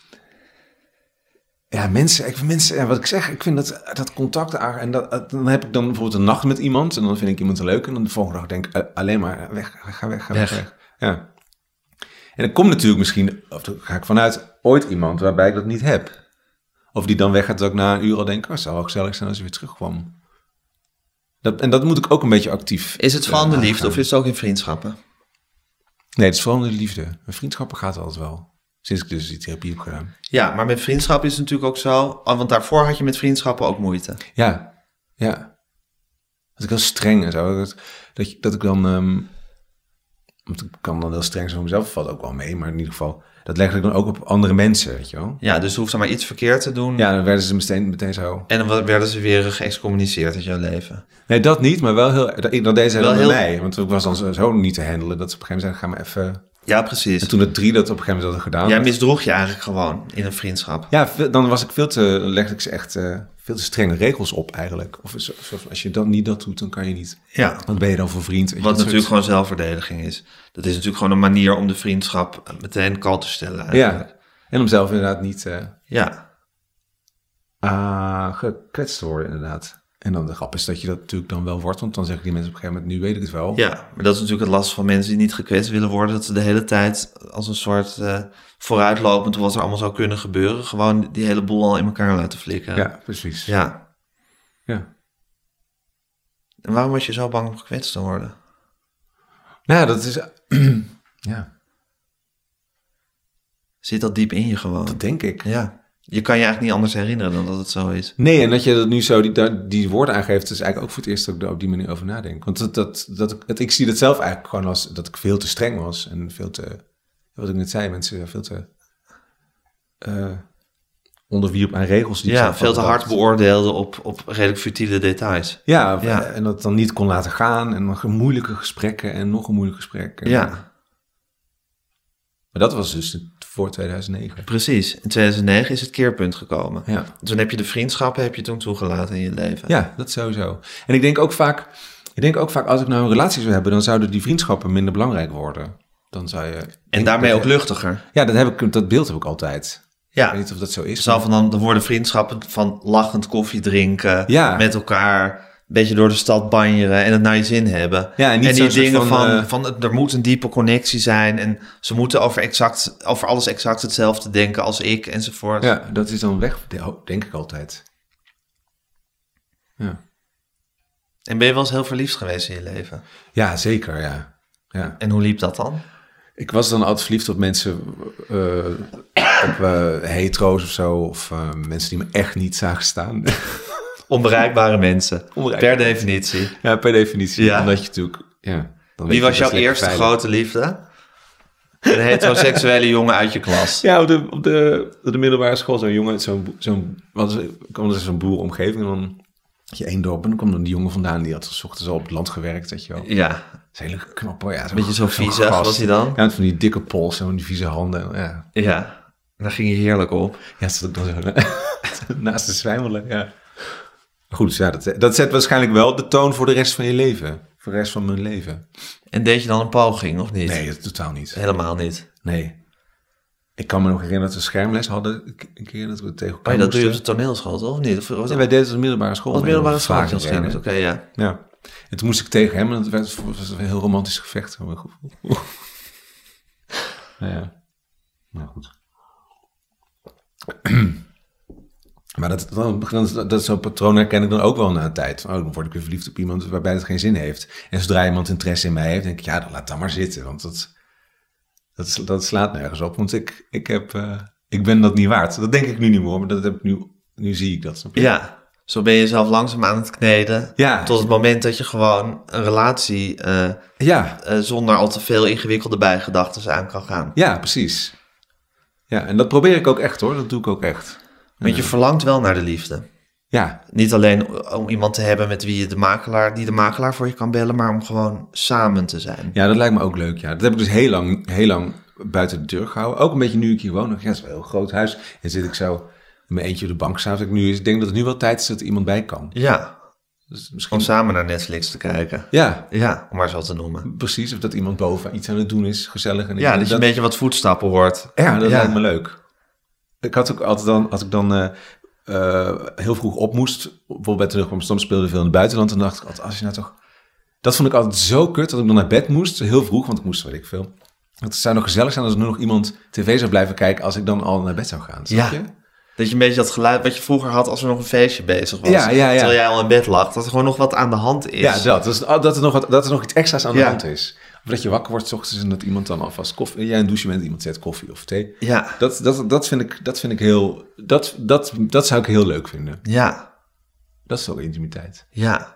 ja, mensen... Ik vind mensen ja, wat ik zeg, ik vind dat, dat contact... En dat, dan heb ik dan bijvoorbeeld een nacht met iemand... En dan vind ik iemand leuk. En dan de volgende dag denk ik uh, alleen maar... Weg, ga weg, ga weg. weg. weg. Ja. En er komt natuurlijk misschien, of daar ga ik vanuit, ooit iemand waarbij ik dat niet heb. Of die dan weggaat dat ik na een uur al denk, oh, het zou wel gezellig zijn als je weer terugkwam. Dat, en dat moet ik ook een beetje actief. Is het vooral uh, de liefde of is het ook in vriendschappen? Nee, het is vooral de liefde. Mijn vriendschappen gaat altijd wel. Sinds ik dus die therapie heb gedaan. Ja, maar met vriendschap is het natuurlijk ook zo, want daarvoor had je met vriendschappen ook moeite. Ja, ja. Dat ik heel streng en zo. Dat, dat, dat ik dan... Um, Want ik kan dan heel streng zijn voor mezelf, valt ook wel mee. Maar in ieder geval, dat leg ik dan ook op andere mensen, weet je wel. Ja, dus je hoeft dan maar iets verkeerd te doen. Ja, dan werden ze meteen, meteen zo. En dan werden ze weer geëxcommuniceerd uit jouw leven. Nee, dat niet, maar wel heel... Dat deed ze wel heel... bij mij. Want ik was dan zo, zo niet te handelen. Dat ze op een gegeven moment zeiden, ga maar even... Ja, precies. En toen het drie dat op een gegeven moment hadden gedaan. Jij misdroeg je eigenlijk gewoon in een vriendschap. Ja, dan was ik veel te... legde ik ze echt uh, veel te strenge regels op eigenlijk. Of zo, zo, als je dan niet dat doet, dan kan je niet. Ja. Want ben je dan voor vriend. Weet Wat je, natuurlijk soort... gewoon zelfverdediging is. Dat is natuurlijk gewoon een manier om de vriendschap meteen kalt te stellen eigenlijk. Ja, en om zelf inderdaad niet... Uh, ja. Uh, gekwetst te worden inderdaad. En dan de grap is dat je dat natuurlijk dan wel wordt, want dan zeggen die mensen op een gegeven moment, nu weet ik het wel. Ja, maar dat is natuurlijk het last van mensen die niet gekwetst willen worden, dat ze de hele tijd als een soort uh, vooruitlopend, wat er allemaal zou kunnen gebeuren, gewoon die hele boel al in elkaar laten flikkeren. Ja, precies. Ja. Ja. En waarom was je zo bang om gekwetst te worden? Nou, dat is... ja. Zit dat diep in je gewoon? Dat denk ik. Ja. Je kan je eigenlijk niet anders herinneren dan dat het zo is. Nee, en dat je dat nu zo die, die woorden aangeeft, is eigenlijk ook voor het eerst dat ik er op die manier over nadenk. Want dat, dat, dat, ik, dat, ik zie dat zelf eigenlijk gewoon als dat ik veel te streng was. En veel te, wat ik net zei, mensen veel te uh, onderwierp aan regels. Die ja, veel te hard beoordeelde op, op redelijk futiele details. Ja, ja, en dat dan niet kon laten gaan. En nog moeilijke gesprekken en nog een moeilijk gesprek. En, ja. Maar dat was dus voor tweeduizend negen. Precies. In tweeduizend negen is het keerpunt gekomen. Ja. Toen heb je de vriendschappen heb je toen toegelaten in je leven. Ja, dat sowieso. En ik denk ook vaak, ik denk ook vaak als ik nou een relatie zou hebben, dan zouden die vriendschappen minder belangrijk worden. Dan zou je... En daarmee ook luchtiger. Ja, dat, heb ik, dat beeld heb ik altijd. Ja. Ik weet niet of dat zo is. Zo van dan, dan worden vriendschappen van lachend koffie drinken, ja. met elkaar... een beetje door de stad banjeren en het naar je zin hebben. Ja, en, niet en die dingen van, van, uh... van, er moet een diepe connectie zijn... en ze moeten over, exact, over alles exact hetzelfde denken als ik, enzovoort. Ja, dat is dan weg, denk ik altijd. Ja. En ben je wel eens heel verliefd geweest in je leven? Ja, zeker, ja. ja. En hoe liep dat dan? Ik was dan altijd verliefd op mensen, uh, op uh, hetero's of zo, of uh, mensen die me echt niet zagen staan. Onbereikbare mensen, Onbereikbare per definitie. Ja, per definitie. Ja. Omdat je natuurlijk, ja, dan Wie weet was je, jouw dat is eerste lekker veilig. grote liefde? Een heteroseksuele jongen uit je klas. Ja, op de, op de, op de middelbare school, zo'n jongen, zo'n, zo'n, wat is, kwam dus zo'n boeromgeving en dan had je één dorp en dan kwam dan die jongen vandaan, die had 's ochtends al op het land gewerkt, weet je wel. Ja, Dat is een hele knap hoor. Ja, zo'n, beetje zo zo'n viezig gast. was hij dan? Ja, met van die dikke pols en van die vieze handen. Ja, Ja, daar ging je heerlijk op. ja dat zat ik dan zo naast de zwijmelen, ja. Goed, ja, dat, dat zet waarschijnlijk wel de toon voor de rest van je leven. Voor de rest van mijn leven. En deed je dan een poging, of niet? Nee, dat totaal niet. Helemaal niet. Nee. Ik kan me nog herinneren dat we schermles hadden. Een keer dat we tegen elkaar Oh, ja, dat doe je op moesten. de toneelschool, toch? Of niet? Of, was Ja, wij deden het op de middelbare school. Wat middelbare school? Vaak Vaak rennen. Oké, ja. Ja. En toen moest ik tegen hem en dat werd, was een heel romantisch gevecht. Nou ja. Nou goed. Maar dat, dan, dat, dat zo'n patroon herken ik dan ook wel na een tijd. Oh, dan word ik weer verliefd op iemand waarbij het geen zin heeft. En zodra iemand interesse in mij heeft, denk ik, ja, dan laat dat maar zitten. Want dat, dat, dat slaat nergens op. Want ik, ik, heb, uh, ik ben dat niet waard. Dat denk ik nu niet meer, maar dat heb ik nu, nu zie ik dat. Snap je? Ja, zo ben je jezelf langzaam aan het kneden. Ja. Tot het moment dat je gewoon een relatie uh, Ja. uh, zonder al te veel ingewikkelde bijgedachten aan kan gaan. Ja, precies. Ja, en dat probeer ik ook echt hoor. Dat doe ik ook echt. Want je verlangt wel naar de liefde. Ja. Niet alleen om iemand te hebben met wie je de makelaar, die de makelaar voor je kan bellen, maar om gewoon samen te zijn. Ja, dat lijkt me ook leuk. Ja. Dat heb ik dus heel lang, heel lang buiten de deur gehouden. Ook een beetje nu ik hier woon. Ja, het is wel een heel groot huis. En zit ik zo in mijn eentje op de bank s'avonds. Ik, nu, ik denk dat het nu wel tijd is dat er iemand bij kan. Ja. Dus misschien... Om samen naar Netflix te kijken. Ja. Ja, om maar zo te noemen. Precies, of dat iemand boven iets aan het doen is, gezellig. En ja, dat je dat... een beetje wat voetstappen hoort. Ja, dat ja. lijkt me leuk. Ik had ook altijd dan, als ik dan uh, uh, heel vroeg op moest, bijvoorbeeld bij terugkwam, soms speelde veel in het buitenland, en dacht ik altijd, als je nou toch... Dat vond ik altijd zo kut, dat ik dan naar bed moest, heel vroeg, want ik moest, weet ik veel. Het zou nog gezellig zijn als er nu nog iemand tv zou blijven kijken als ik dan al naar bed zou gaan, snap ja. je? Dat je een beetje dat geluid wat je vroeger had als er nog een feestje bezig was. Ja, ja, ja. Terwijl jij al in bed lag, dat er gewoon nog wat aan de hand is. Ja, dat. Dus, dat, er nog wat, dat er nog iets extra's aan de ja. hand is. Of dat je wakker wordt 's ochtends en dat iemand dan alvast koffie... Jij een douche bent, iemand zet koffie of thee. Ja. Dat, dat, dat, vind, ik, dat vind ik heel... Dat, dat, dat zou ik heel leuk vinden. Ja. Dat is ook intimiteit. Ja.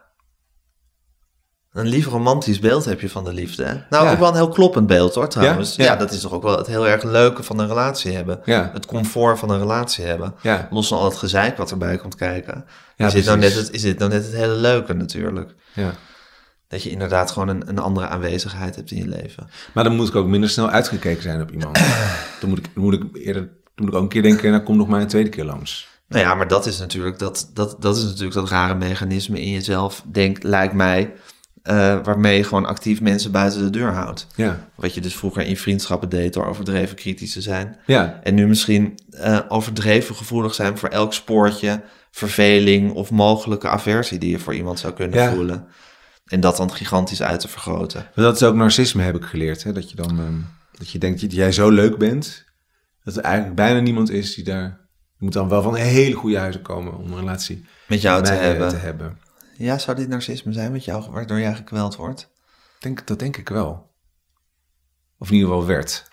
Een lief romantisch beeld heb je van de liefde, hè? Nou, ja. ook wel een heel kloppend beeld, hoor, trouwens. Ja? Ja. Ja, dat is toch ook wel het heel erg leuke van een relatie hebben. Ja. Het comfort van een relatie hebben. Ja. Los van al het gezeik wat erbij komt kijken. Ja, is, dit nou precies. net het, is dit nou net het hele leuke, natuurlijk. Ja. Dat je inderdaad gewoon een, een andere aanwezigheid hebt in je leven. Maar dan moet ik ook minder snel uitgekeken zijn op iemand. Dan moet ik, dan moet ik eerder... Dan moet ik ook een keer denken, nou kom nog maar een tweede keer langs. Nou ja, maar dat is natuurlijk dat, dat, dat, is natuurlijk dat rare mechanisme in jezelf, denk, lijkt mij, uh, waarmee je gewoon actief mensen buiten de deur houdt. Ja. Wat je dus vroeger in vriendschappen deed door overdreven kritisch te zijn. Ja. En nu misschien uh, overdreven gevoelig zijn voor elk spoortje, verveling of mogelijke aversie die je voor iemand zou kunnen ja. voelen. En dat dan gigantisch uit te vergroten. Maar dat is ook narcisme, heb ik geleerd. Hè? Dat je dan um, dat je denkt dat jij zo leuk bent, dat er eigenlijk bijna niemand is die daar... Je moet dan wel van hele goede huizen komen om een relatie met jou met te, mij, hebben. te hebben. Ja, zou dit narcisme zijn met jou, waardoor jij gekweld wordt? Denk, dat denk ik wel. Of in ieder geval werd.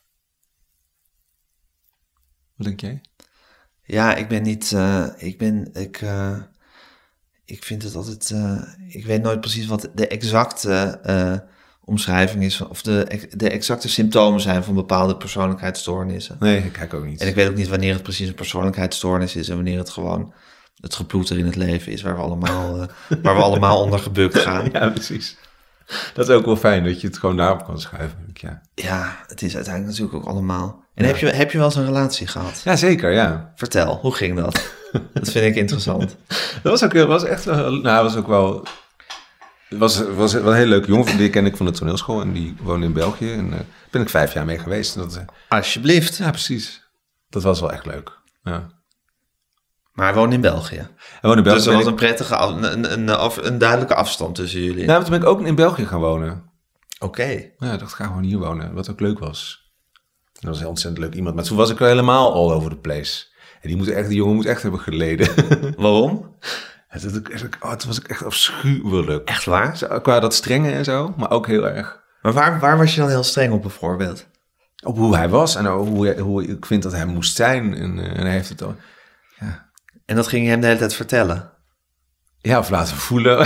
Wat denk jij? Ja, ik ben niet... Uh, ik ben... Ik, uh, ik vind het altijd... Uh, ik weet nooit precies wat de exacte uh, omschrijving is, of de, de exacte symptomen zijn van bepaalde persoonlijkheidsstoornissen. Nee, ik kijk ook niet. En ik weet ook niet wanneer het precies een persoonlijkheidsstoornis is en wanneer het gewoon het geploeter in het leven is waar we allemaal, uh, waar we allemaal onder gebukt gaan. Ja, precies. Dat is ook wel fijn, dat je het gewoon daarop kan schuiven. Ja, ja, het is uiteindelijk natuurlijk ook allemaal... En ja. heb, je, heb je wel eens een relatie gehad? Ja, zeker, ja. Vertel, hoe ging dat? Dat vind ik interessant. Dat was ook was echt wel... Nou, was ook wel... Het was, was wel een hele leuke jongen, die ken ik van de toneelschool en die woonde in België. En daar uh, ben ik vijf jaar mee geweest. En dat, uh, Alsjeblieft. Ja, precies. Dat was wel echt leuk, ja. Maar hij woonde in België. Hij woonde in België. Dus er was een prettige, af, een, een, een, een duidelijke afstand tussen jullie. Nou, toen ben ik ook in België gaan wonen. Oké. Okay. Ja, ik dacht, ga gewoon hier wonen, wat ook leuk was. Dat was een ontzettend leuk iemand. Maar toen was ik er helemaal all over the place. En die, moet echt, die jongen moet echt hebben geleden. Waarom? Het, het, het, oh, het was ook echt afschuwelijk. Echt waar? Zo, qua dat strenge en zo, maar ook heel erg. Maar waar, waar was je dan heel streng op bijvoorbeeld? Op hoe hij was en hoe, hoe ik vind dat hij moest zijn. En, uh, en hij heeft het al... Ja. En dat ging je hem de hele tijd vertellen? Ja, of laten voelen.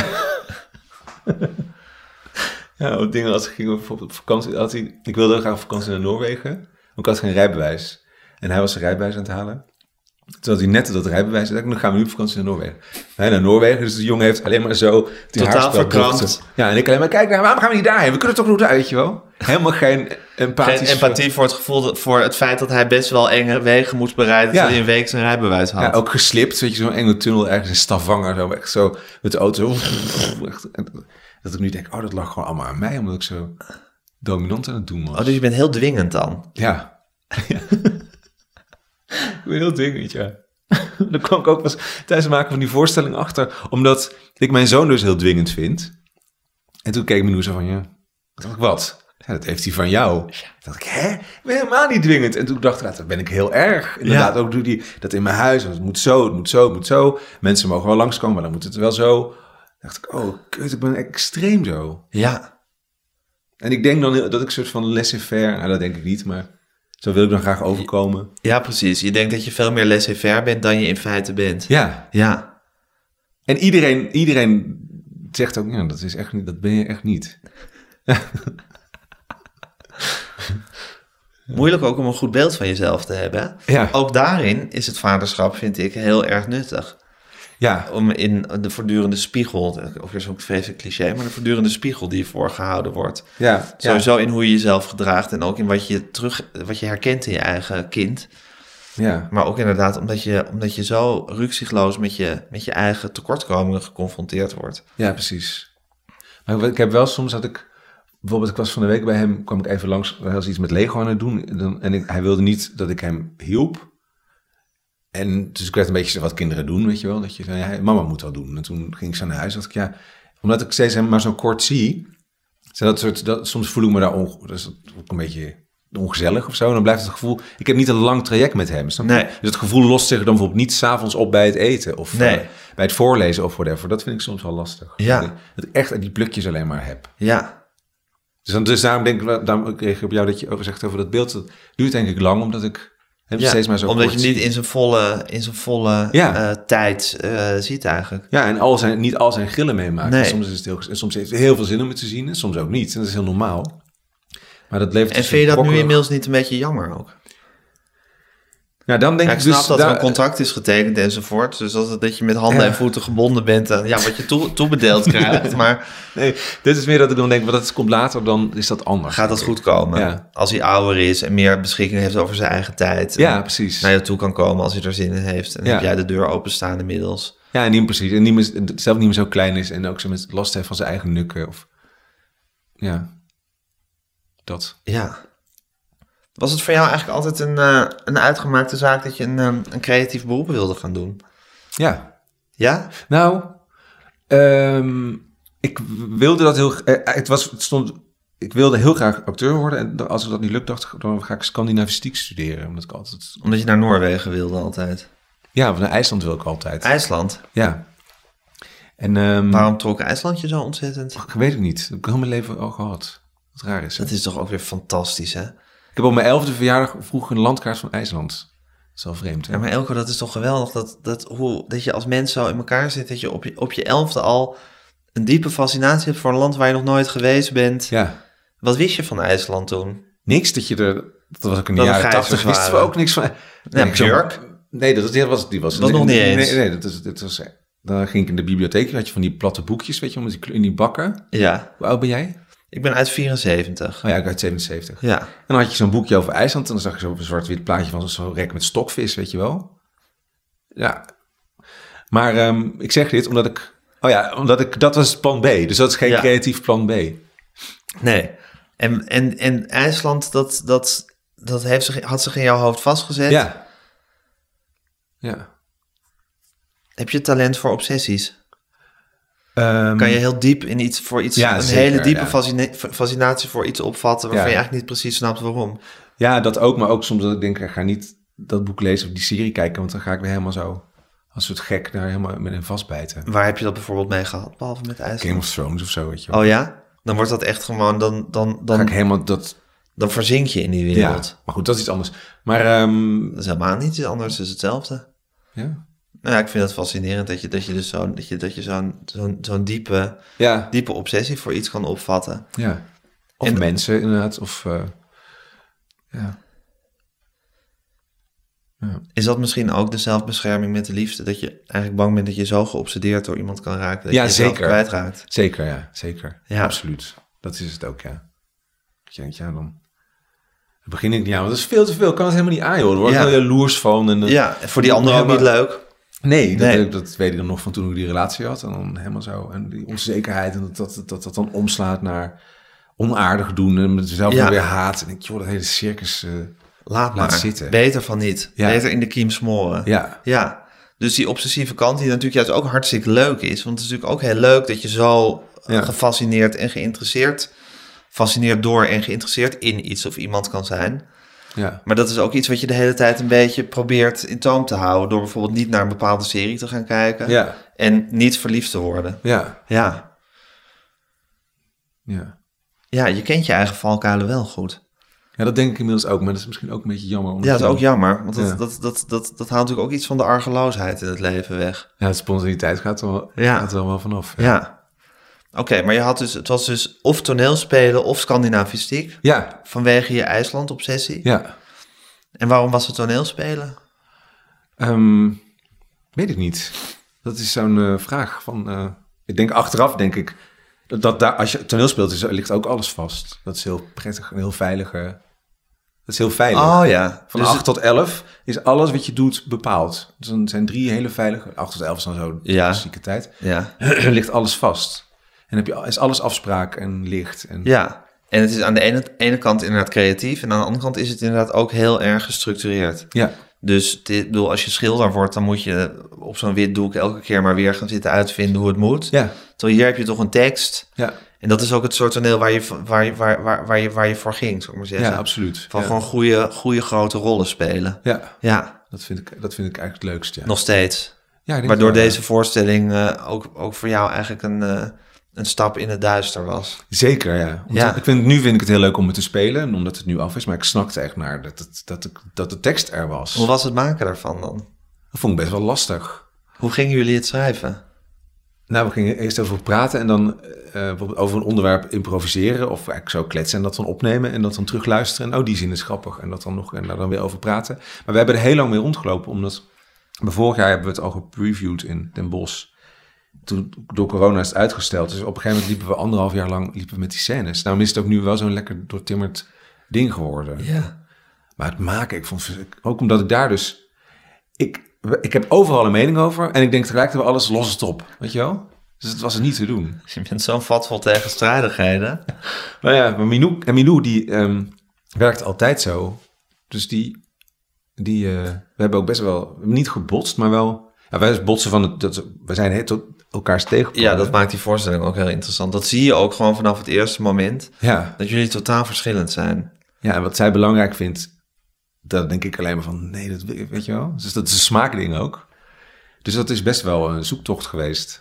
Ja, wat dingen als ik ging op, op vakantie... Had hij, ik wilde heel graag op vakantie naar Noorwegen. Maar ik had geen rijbewijs. En hij was zijn rijbewijs aan het halen. Toen had hij net dat rijbewijs. En dan gaan we nu op vakantie naar Noorwegen. Hij naar Noorwegen, dus de jongen heeft alleen maar zo... Totaal verkrampt. Ja, en ik alleen maar, kijk, nou, waarom gaan we niet daarheen? We kunnen toch nog uit, weet je wel? Helemaal geen empathisch... Geen empathie voor het gevoel, voor het feit dat hij best wel enge wegen moest bereiden... Ja. Dat hij een week zijn rijbewijs had. Ja, ook geslipt, weet je, zo'n enge tunnel ergens in Stavanger. Zo, echt zo met de auto. Echt, dat ik nu denk, oh, dat lag gewoon allemaal aan mij... omdat ik zo dominant aan het doen was. Oh, dus je bent heel dwingend dan? Ja. Ja. Ik ben heel dwingend, ja. Dan kwam ik ook pas tijdens het maken van die voorstelling achter... omdat ik mijn zoon dus heel dwingend vind. En toen keek mijn moeder zo van, ja, dacht ik, wat? Ja, dat heeft hij van jou. Toen dacht ik, hè? Ik ben helemaal niet dwingend. En toen dacht ik, dat ben ik heel erg. Inderdaad, ja. Ook doe die dat in mijn huis. Het moet zo, het moet zo, het moet zo. Mensen mogen wel langskomen, maar dan moet het wel zo. Toen dacht ik, oh, kut, ik ben extreem zo. Ja. En ik denk dan dat ik een soort van laissez-faire... Nou, dat denk ik niet, maar... Zo wil ik dan graag overkomen. Ja, precies. Je denkt dat je veel meer laissez-faire bent dan je in feite bent. Ja. Ja. En iedereen, iedereen zegt ook, ja, dat is echt niet, dat ben je echt niet. Moeilijk ook om een goed beeld van jezelf te hebben. Ja. Ook daarin is het vaderschap, vind ik, heel erg nuttig. Ja. Om in de voortdurende spiegel, of weer zo'n vreselijk cliché, maar de voortdurende spiegel die je voorgehouden wordt. Ja. Sowieso ja. In hoe je jezelf gedraagt en ook in wat je terug, wat je herkent in je eigen kind. Ja. Maar ook inderdaad omdat je, omdat je zo rukzichtloos met je, met je eigen tekortkomingen geconfronteerd wordt. Ja, precies. Maar ik heb wel soms dat ik, bijvoorbeeld ik was van de week bij hem, kwam ik even langs, hij was iets met Lego aan het doen. En ik, hij wilde niet dat ik hem hielp. En dus ik werd een beetje wat kinderen doen, weet je wel. Dat je zei, ja, mama moet wel doen. En toen ging ik zo naar huis. Dacht ik, ja, omdat ik steeds hem maar zo kort zie. Dat soort, dat, soms voel ik me daar on, dat is ook een beetje ongezellig of zo. En dan blijft het gevoel, ik heb niet een lang traject met hem. Snap je? Nee. Dus het gevoel lost zich dan bijvoorbeeld niet 's avonds op bij het eten. Of nee. uh, bij het voorlezen of whatever. Dat vind ik soms wel lastig. Ja. Dat, dat ik echt die plukjes alleen maar heb. Ja. Dus, dan, dus daarom denk ik, daarom kreeg ik op jou dat je over zegt over dat beeld. Dat duurt denk ik lang, omdat ik... Ja, steeds maar zo omdat kort je niet in zijn volle, in zijn volle ja. uh, tijd uh, ziet eigenlijk. Ja, en al zijn, niet al zijn grillen meemaakt. Nee. Soms, is het heel, soms heeft het heel veel zin om het te zien en soms ook niet. En dat is heel normaal. Maar dat levert en dus vind je dat brokkelig... nu inmiddels niet een beetje jammer ook? Ja, dan denk ja, ik, ik snap dus dat daar... er een contract is getekend enzovoort. Dus dat, dat je met handen ja. en voeten gebonden bent en ja, wat je toe, toebedeeld krijgt. Maar nee, dit is meer dat ik dan denk, wat dat komt later, dan is dat anders. Gaat dat goed komen? Ja. Als hij ouder is en meer beschikking heeft over zijn eigen tijd. Ja, precies. Naar je toe kan komen als hij er zin in heeft. En dan ja. heb jij de deur openstaan inmiddels. Ja, en niet precies. En niet meer, zelf niet meer zo klein is en ook zo met last heeft van zijn eigen nukken. Of... Ja, dat. Ja. Was het voor jou eigenlijk altijd een, uh, een uitgemaakte zaak dat je een, um, een creatief beroep wilde gaan doen? Ja. Ja? Nou, um, ik wilde dat heel... Uh, het was, het stond, ik wilde heel graag acteur worden. En als dat niet lukt, dacht ik, dan ga ik Scandinavistiek studeren. Omdat ik altijd... Omdat je naar Noorwegen wilde altijd? Ja, of naar IJsland wil ik altijd. IJsland? Ja. En, um, waarom trok IJsland je zo ontzettend? Ik weet het niet. Dat heb ik heel mijn leven al gehad. Wat raar is. Hè? Dat is toch ook weer fantastisch, hè? Ik heb op mijn elfde verjaardag vroeg een landkaart van IJsland. Dat is wel vreemd, hè? Ja, maar Elko, dat is toch geweldig dat, dat, hoe, dat je als mens zo in elkaar zit... dat je op je, op je elfde al een diepe fascinatie hebt voor een land waar je nog nooit geweest bent. Ja. Wat wist je van IJsland toen? Niks, dat je er... Dat was ook in de jaren tachtig. Wisten we ook niks van... Nee, Björk? Nee, dat, die was... Die was, was nog niet eens. Nee, nee, dat is, dat was... Dan ging ik in de bibliotheek, had je van die platte boekjes, weet je, met die, in die bakken. Ja. Hoe oud ben jij? Ik ben uit vierenzeventig. Oh ja, ik uit zevenenzeventig. Ja. En dan had je zo'n boekje over IJsland en dan zag je zo'n zwart-wit plaatje van zo'n rek met stokvis, weet je wel. Ja. Maar um, ik zeg dit omdat ik... Oh ja, omdat ik... Dat was plan B. Dus dat is geen ja. creatief plan B. Nee. En, en, en IJsland, dat, dat, dat heeft zich, had zich in jouw hoofd vastgezet? Ja. Ja. Heb je talent voor obsessies? Um, kan je heel diep in iets voor iets, ja, een zeker, hele diepe ja. fascina- fascinatie voor iets opvatten waarvan ja. je eigenlijk niet precies snapt waarom? Ja, dat ook, maar ook soms dat ik denk, ik ga niet dat boek lezen of die serie kijken, want dan ga ik weer helemaal zo als soort gek daar helemaal met in vastbijten. Waar heb je dat bijvoorbeeld mee gehad, behalve met IJsland? Game of Thrones of zo, weet je wel. Oh ja? Dan wordt dat echt gewoon, dan, dan, dan, Ga ik helemaal dat... dan verzink je in die wereld. Ja, maar goed, dat is iets anders. Maar, um, Dat is helemaal niet iets anders, het is hetzelfde. ja. Nou ja, ik vind het fascinerend dat je, dat je dus zo'n, dat je, dat je zo'n, zo'n, zo'n diepe, Ja. diepe obsessie voor iets kan opvatten. Ja. Of En- mensen inderdaad, of... Uh, ja. Ja. Is dat misschien ook de zelfbescherming met de liefde? Dat je eigenlijk bang bent dat je zo geobsedeerd door iemand kan raken... dat Ja, je jezelf zeker. kwijtraakt? Zeker, ja. Zeker. Ja. Absoluut. Dat is het ook, ja. Dat je denkt, ja, dan... Dan begin ik niet aan, want dat is veel te veel. Ik kan het helemaal niet aan, joh. Daar word ik Ja. heel jaloers van. En dat- Ja, en voor die anderen ook niet leuk. Nee, dat, Nee. dat weet ik dan nog van toen ik die relatie had. En dan helemaal zo. En die onzekerheid. En dat dat, dat, dat dan omslaat naar onaardig doen. En met jezelf Ja. dan weer haat. En ik, joh, dat hele circus... uh, Laat Laat maar. zitten. Beter van niet. Ja. Beter in de kiem smoren. ja, Ja. Dus die obsessieve kant die natuurlijk juist ook hartstikke leuk is. Want het is natuurlijk ook heel leuk dat je zo Ja. gefascineerd en geïnteresseerd... fascineerd door en geïnteresseerd in iets of iemand kan zijn. ja, Maar dat is ook iets wat je de hele tijd een beetje probeert in toom te houden... door bijvoorbeeld niet naar een bepaalde serie te gaan kijken... ja, en niet verliefd te worden. ja, Ja. ja. Ja, je kent je eigen valkuilen wel goed. Ja, dat denk ik inmiddels ook. Maar dat is misschien ook een beetje jammer. omdat Ja, dat is je ook dan- jammer. Want dat, Ja. dat, dat, dat, dat haalt natuurlijk ook iets van de argeloosheid in het leven weg. Ja, de spontaniteit gaat er wel, Ja. gaat er wel vanaf. Ja. Oké, maar je had dus, het was dus of toneelspelen of Scandinavistiek... Ja, vanwege je IJsland-obsessie. ja. En waarom was het toneelspelen? Ehm, weet ik niet. Dat is zo'n eh, vraag van... eh, ik denk achteraf, denk ik... Dat, dat daar, als je toneel speelt, is, ligt ook alles vast. Dat is heel prettig en heel veilig. eh. Dat is heel veilig. Oh ja. Van Dus acht het- tot elf is alles wat je doet bepaald. Dus dan zijn drie hele veilige... acht tot elf is dan zo de Ja. klassieke tijd. Ja. ligt alles vast. En heb je, is alles afspraak en licht. En, Ja. En het is aan de ene, ene kant inderdaad creatief... en aan de andere kant is het inderdaad ook heel erg gestructureerd. ja, Dus dit, bedoel, als je schilder wordt... dan moet je op zo'n wit doek elke keer maar weer gaan zitten uitvinden hoe het moet. ja, Terwijl hier heb je toch een tekst... ja, En dat is ook het soort toneel waar je, waar je, waar, waar, waar je, waar je voor ging, zou ik maar zeggen. ja, absoluut. Van ja. gewoon goede, goede grote rollen spelen. Ja, Ja, dat vind ik, dat vind ik eigenlijk het leukst, ja. nog steeds. ja, ik denk Waardoor het wel, deze voorstelling uh, ook, ook voor jou eigenlijk een, uh, een stap in het duister was. ja. Zeker, ja. Want Ja. Ik vind, nu vind ik het heel leuk om het te spelen, en omdat het nu af is. Maar ik snakte echt naar dat, het, dat, het, dat de tekst er was. Hoe was het maken daarvan dan? Dat vond ik best wel lastig. Hoe gingen jullie het schrijven? Nou, we gingen eerst over praten en dan uh, bijvoorbeeld over een onderwerp improviseren. Of eigenlijk zo kletsen en dat dan opnemen en dat dan terugluisteren. En oh, die zin is grappig. En dat dan nog en daar dan weer over praten. Maar we hebben er heel lang mee rondgelopen, omdat... Vorig jaar hebben we het al gepreviewd in Den Bosch. Toen door corona is het uitgesteld. Dus op een gegeven moment liepen we anderhalf jaar lang liepen we met die scènes. Nou is het ook nu wel zo'n lekker doortimmerd ding geworden. Ja. Maar het maken, ik vond ook omdat ik daar dus... Ik, ik heb overal een mening over. En ik denk tegelijkertijd alles los het op. Weet je wel? Dus het was het niet te doen. Je bent zo'n vat vol tegenstrijdigheden. Nou ja, maar Minou, en Minou die um, werkt altijd zo. Dus die... die uh, we hebben ook best wel... We hebben niet gebotst, maar wel... Ja, wij botsen van het... Dat, we zijn heel tot elkaars tegengekomen. Ja, dat maakt die voorstelling ook heel interessant. Dat zie je ook gewoon vanaf het eerste moment. Ja. Dat jullie totaal verschillend zijn. Ja, en wat zij belangrijk vindt... Dat denk ik alleen maar van... Nee, dat weet je wel. Dus dat is een smaakding ook. Dus dat is best wel een zoektocht geweest.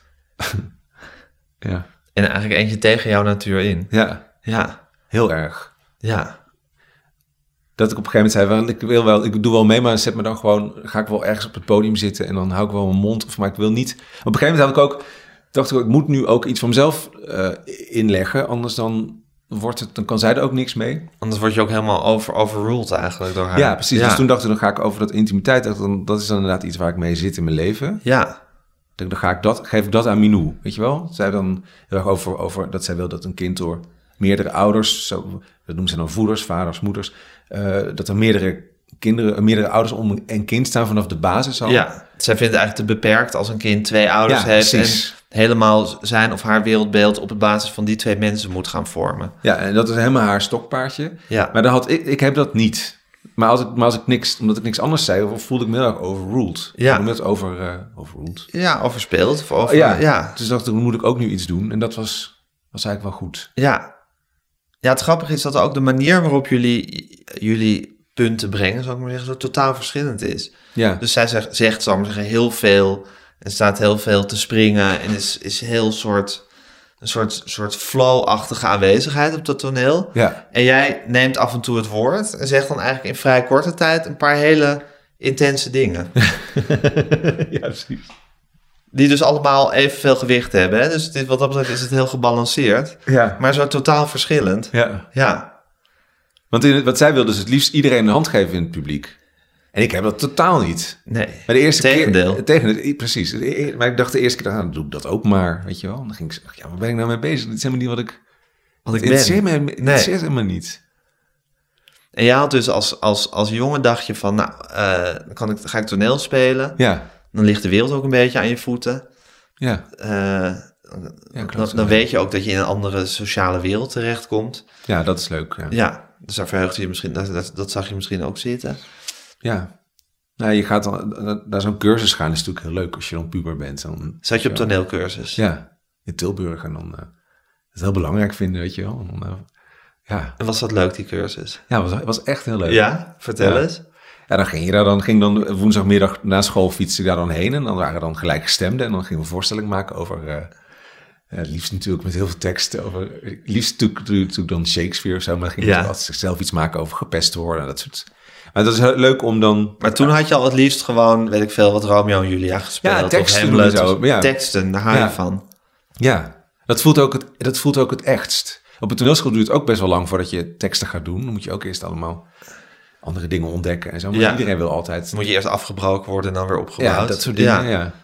Ja. En eigenlijk eentje tegen jouw natuur in. Ja. Ja. Heel erg. Ja. Dat ik op een gegeven moment zei, wel, ik wil wel, ik doe wel mee, maar zet me dan gewoon, ga ik wel ergens op het podium zitten en dan hou ik wel mijn mond. Of maar ik wil niet. Op een gegeven moment had ik ook, dacht ik, ik moet nu ook iets van mezelf uh, inleggen, anders dan wordt het, dan kan zij er ook niks mee. Anders word je ook helemaal over, overruled eigenlijk door haar. Ja, precies. Ja. Dus toen dacht ik, dan ga ik over dat intimiteit, dacht, dan, dat is dan inderdaad iets waar ik mee zit in mijn leven. Ja. Dan ga ik dat, geef ik dat aan Minou, weet je wel? Zij dan heel erg over, over dat zij wil dat een kind door meerdere ouders, zo, dat noemen ze dan voeders, vaders, moeders, uh, dat er meerdere kinderen, meerdere ouders om een kind staan vanaf de basis al. Ja, zij vindt het eigenlijk te beperkt als een kind twee ouders Ja, heeft precies. en helemaal zijn of haar wereldbeeld op basis van die twee mensen moet gaan vormen. Ja, en dat is helemaal haar stokpaardje. Ja. Maar dan had ik, ik heb dat niet. Maar als ik, maar als ik niks, omdat ik niks anders zei, voelde ik me heel erg overruled. Ja. Ik het over, uh, overruled. Ja, overspeeld. Of over, ja. ja. Dus dacht ik, dan moet ik ook nu iets doen. En dat was, was eigenlijk wel goed. Ja. Ja, het grappige is dat ook de manier waarop jullie, jullie punt te brengen, zou ik maar zeggen, zo totaal verschillend is. Ja. Dus zij zegt, zegt zal ik maar zeggen, heel veel en staat heel veel te springen en is, is heel soort, een soort, soort flow-achtige aanwezigheid op dat toneel. Ja. En jij neemt af en toe het woord en zegt dan eigenlijk in vrij korte tijd een paar hele intense dingen. Ja, precies. Die dus allemaal evenveel gewicht hebben. Hè? Dus dit, wat dat betreft is het heel gebalanceerd. Ja. Maar zo totaal verschillend. Ja. Ja. Want in het, wat zij wilde is het liefst iedereen een hand geven in het publiek. En ik heb dat totaal niet. Nee, Maar de eerste tegendeel. keer... Tegendeel. Precies. Maar ik dacht de eerste keer, nou, dan doe ik dat ook maar. Weet je wel. En dan ging ik zeggen, ja, waar ben ik nou mee bezig? Dit is helemaal niet wat ik... Wat ik het interesseert me het interesseert Nee. helemaal niet. En jij had dus als, als, als jongen dacht je van... Nou, uh, dan kan ik, ga ik toneel spelen. Ja. Dan ligt de wereld ook een beetje aan je voeten. Ja. Uh, Ja, dan, klopt, dan ja. weet je ook dat je in een andere sociale wereld terechtkomt. Ja, dat is leuk. Ja. Ja, dus daar verheugde je misschien... Dat, dat, dat zag je misschien ook zitten. Ja. Nou, je gaat dan naar zo'n cursus gaan. Dat is natuurlijk heel leuk als je dan puber bent. Dan, Zat je op toneelcursus? Ja, in Tilburg. En dan uh, het heel belangrijk vinden, weet je wel. En dan, uh, ja. En was dat leuk, die cursus? Ja, het was, het was echt heel leuk. Ja, vertel Ja. eens. Ja, dan ging je daar dan, ging dan woensdagmiddag na school fietste ik daar dan heen. En dan waren dan gelijkgestemden. En dan gingen we een voorstelling maken over... Uh, uh, liefst natuurlijk met heel veel tekst. Over, liefst natuurlijk, natuurlijk dan Shakespeare of zo. Maar dan ging je Ja. altijd zelf iets maken over gepest worden. En dat soort... Maar dat is heel leuk om dan... Maar toen had je al het liefst gewoon, weet ik veel, wat Romeo en Julia gespeeld. Ja, teksten of doen we Hamlet, zo, of ja. teksten, daar hou je Ja. van. Ja, dat voelt, ook het, dat voelt ook het echtst. Op een toneelschool duurt het ook best wel lang voordat je teksten gaat doen. Dan moet je ook eerst allemaal andere dingen ontdekken en zo. Maar Ja. iedereen wil altijd... Dan moet je eerst afgebroken worden en dan weer opgebouwd. Ja, dat soort dingen, Ja. ja.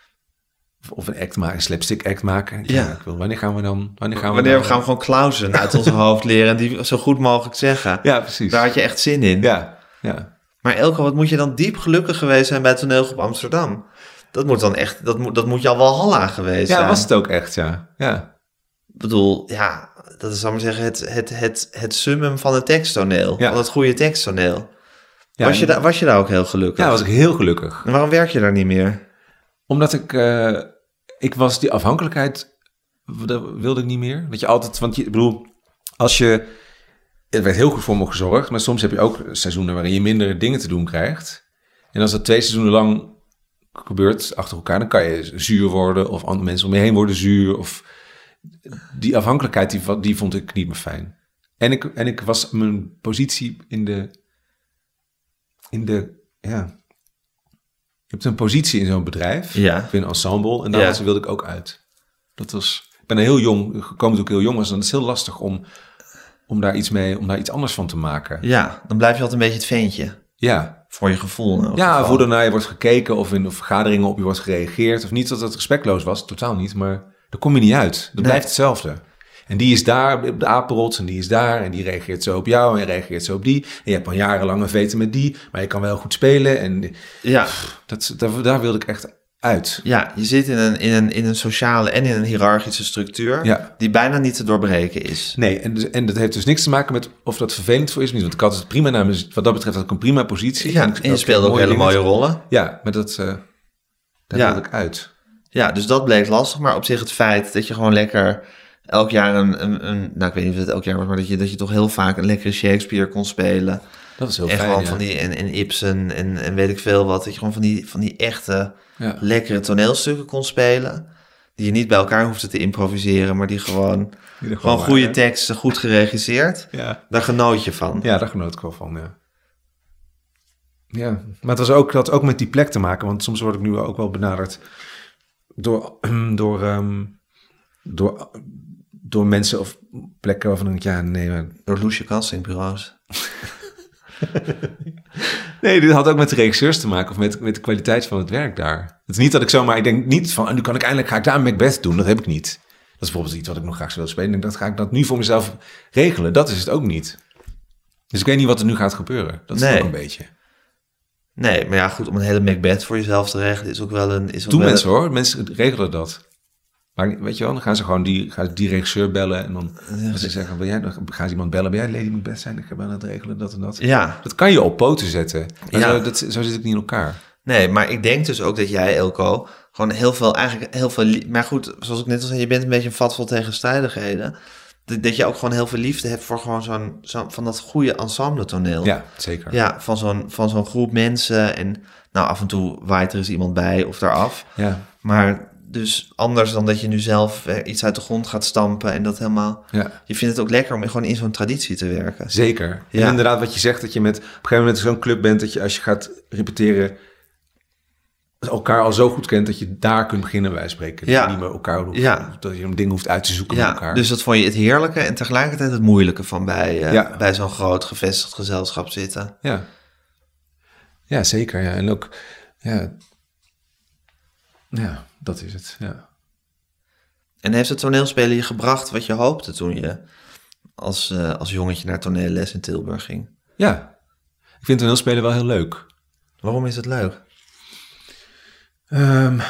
Of, of een act maken, een slapstick act maken. Ja. Ja. Ik wil, wanneer gaan we dan... Wanneer gaan we, Wanneer dan, we gaan gewoon Clausen uit ons hoofd leren en die zo goed mogelijk zeggen. Ja, precies. Daar had je echt zin in. Ja, ja. Maar Elko, wat moet je dan diep gelukkig geweest zijn bij Toneelgroep Amsterdam? Dat moet dan echt, dat moet, dat moet je al wel Walhalla geweest zijn. Ja, was het ook echt, ja. Ja, Ik bedoel, ja, dat is, zal ik maar zeggen, het, het, het, het summum van het teksttoneel. Ja. Van het goede teksttoneel. ja was, je da, was je daar ook heel gelukkig? ja, was ik heel gelukkig. En waarom werk je daar niet meer? Omdat ik... Uh, ik was die afhankelijkheid... Dat wilde ik niet meer. Dat je altijd... Want je, ik bedoel, als je... Het werd heel goed voor me gezorgd, maar soms heb je ook seizoenen waarin je minder dingen te doen krijgt. En als dat twee seizoenen lang gebeurt achter elkaar, dan kan je zuur worden of andere mensen om je heen worden zuur. Of die afhankelijkheid, die, die vond ik niet meer fijn. En ik, en ik was mijn positie in de, in de, ja, je hebt een positie in zo'n bedrijf, Ja. in een ensemble, en daar Ja. was, wilde ik ook uit. Dat was, ik ben er heel jong, gekomen toen ik heel jong was, en het is heel lastig om... Om daar iets mee, om daar iets anders van te maken. Ja, dan blijf je altijd een beetje het ventje. Ja. Voor je gevoel. in elk Ja, geval. of hoe er naar je wordt gekeken of in of vergaderingen op je wordt gereageerd. Of niet dat het respectloos was, totaal niet. Maar daar kom je niet uit. Dat Nee. blijft hetzelfde. En die is daar op de apenrots en die is daar. En die reageert zo op jou en je reageert zo op die. En je hebt al jarenlang een veten met die. Maar je kan wel goed spelen. En Ja. dat, daar, daar wilde ik echt uit. Ja, je zit in een, in, een, in een sociale en in een hiërarchische structuur... Ja. die bijna niet te doorbreken is. Nee, en, dus- en dat heeft dus niks te maken met of dat vervelend voor is of niet. Want ik had het prima naar mijn, wat dat betreft had ik een prima positie. Ja, ik- en je dat- speelde ook mooie hele dingen. mooie rollen. Ja, maar dat, uh, daar Ja. wilde ik uit. Ja, dus dat bleek lastig. Maar op zich het feit dat je gewoon lekker elk jaar een... een, een nou, ik weet niet of het elk jaar was... maar dat je, dat je toch heel vaak een lekkere Shakespeare kon spelen. Dat is heel En fijn, gewoon ja. van die... En, en Ibsen en, en weet ik veel wat. Dat je gewoon van die, van die echte... Ja. lekkere toneelstukken kon spelen. Die je niet bij elkaar hoefde te improviseren, maar die gewoon, Die er gewoon waren, goede hè? teksten, goed geregisseerd. Ja. Daar genoot je van. Ja, daar genoot ik wel van, ja. Ja, maar het was ook, dat had ook met die plek te maken, want soms word ik nu ook wel benaderd door, door, um, door, door mensen of plekken waarvan ik denk, ja, nee, maar... Door Loesje castingbureaus. Nee, dit had ook met de regisseurs te maken of met, met de kwaliteit van het werk daar. Het is niet dat ik zomaar, ik denk niet van, nu kan ik eindelijk, ga ik daar Macbeth doen, dat heb ik niet. Dat is bijvoorbeeld iets wat ik nog graag zou willen spelen. En dat ga ik dat nu voor mezelf regelen, dat is het ook niet. Dus ik weet niet wat er nu gaat gebeuren. Dat is Nee. het ook een beetje. Nee, maar ja, goed, om een hele Macbeth voor jezelf te regelen is ook wel een... Is ook Doen wel mensen hoor, mensen regelen dat. Maar weet je wel, dan gaan ze gewoon die, gaan ze die regisseur bellen en dan gaan ze zeggen, wil jij, dan gaan ze iemand bellen, wil jij Lady Macbeth zijn? Ik ga aan het regelen, dat en dat. Ja, Dat kan je op poten zetten. Maar Ja. zo, dat, zo zit ik niet in elkaar. nee, maar ik denk dus ook dat jij, Elko, gewoon heel veel, eigenlijk heel veel... li- Maar goed, zoals ik net al zei, je bent een beetje een vat vol tegenstrijdigheden. Dat, dat je ook gewoon heel veel liefde hebt voor gewoon zo'n, zo, van dat goede ensemble toneel. Ja, zeker. Ja, van zo'n, van zo'n groep mensen. En nou, af en toe waait er eens iemand bij of daaraf. Ja. Maar dus anders dan dat je nu zelf eh, iets uit de grond gaat stampen en dat helemaal... Ja. Je vindt het ook lekker om gewoon in zo'n traditie te werken. Zeker. Ja. En inderdaad wat je zegt, dat je met op een gegeven moment zo'n club bent, dat je als je gaat repeteren elkaar al zo goed kent dat je daar kunt beginnen, wij spreken. Dat Ja. je niet meer elkaar hoeft, Ja. dat je een ding hoeft uit te zoeken met Ja, elkaar. dus dat vond je het heerlijke en tegelijkertijd het moeilijke van bij, uh, Ja. bij zo'n groot gevestigd gezelschap zitten. Ja. Ja, zeker. Ja. En ook, ja, ja, dat is het. Ja. En heeft het toneelspelen je gebracht wat je hoopte toen je als, uh, als jongetje naar toneelles in Tilburg ging? Ja. Ik vind toneelspelen wel heel leuk. Waarom is het leuk? Um,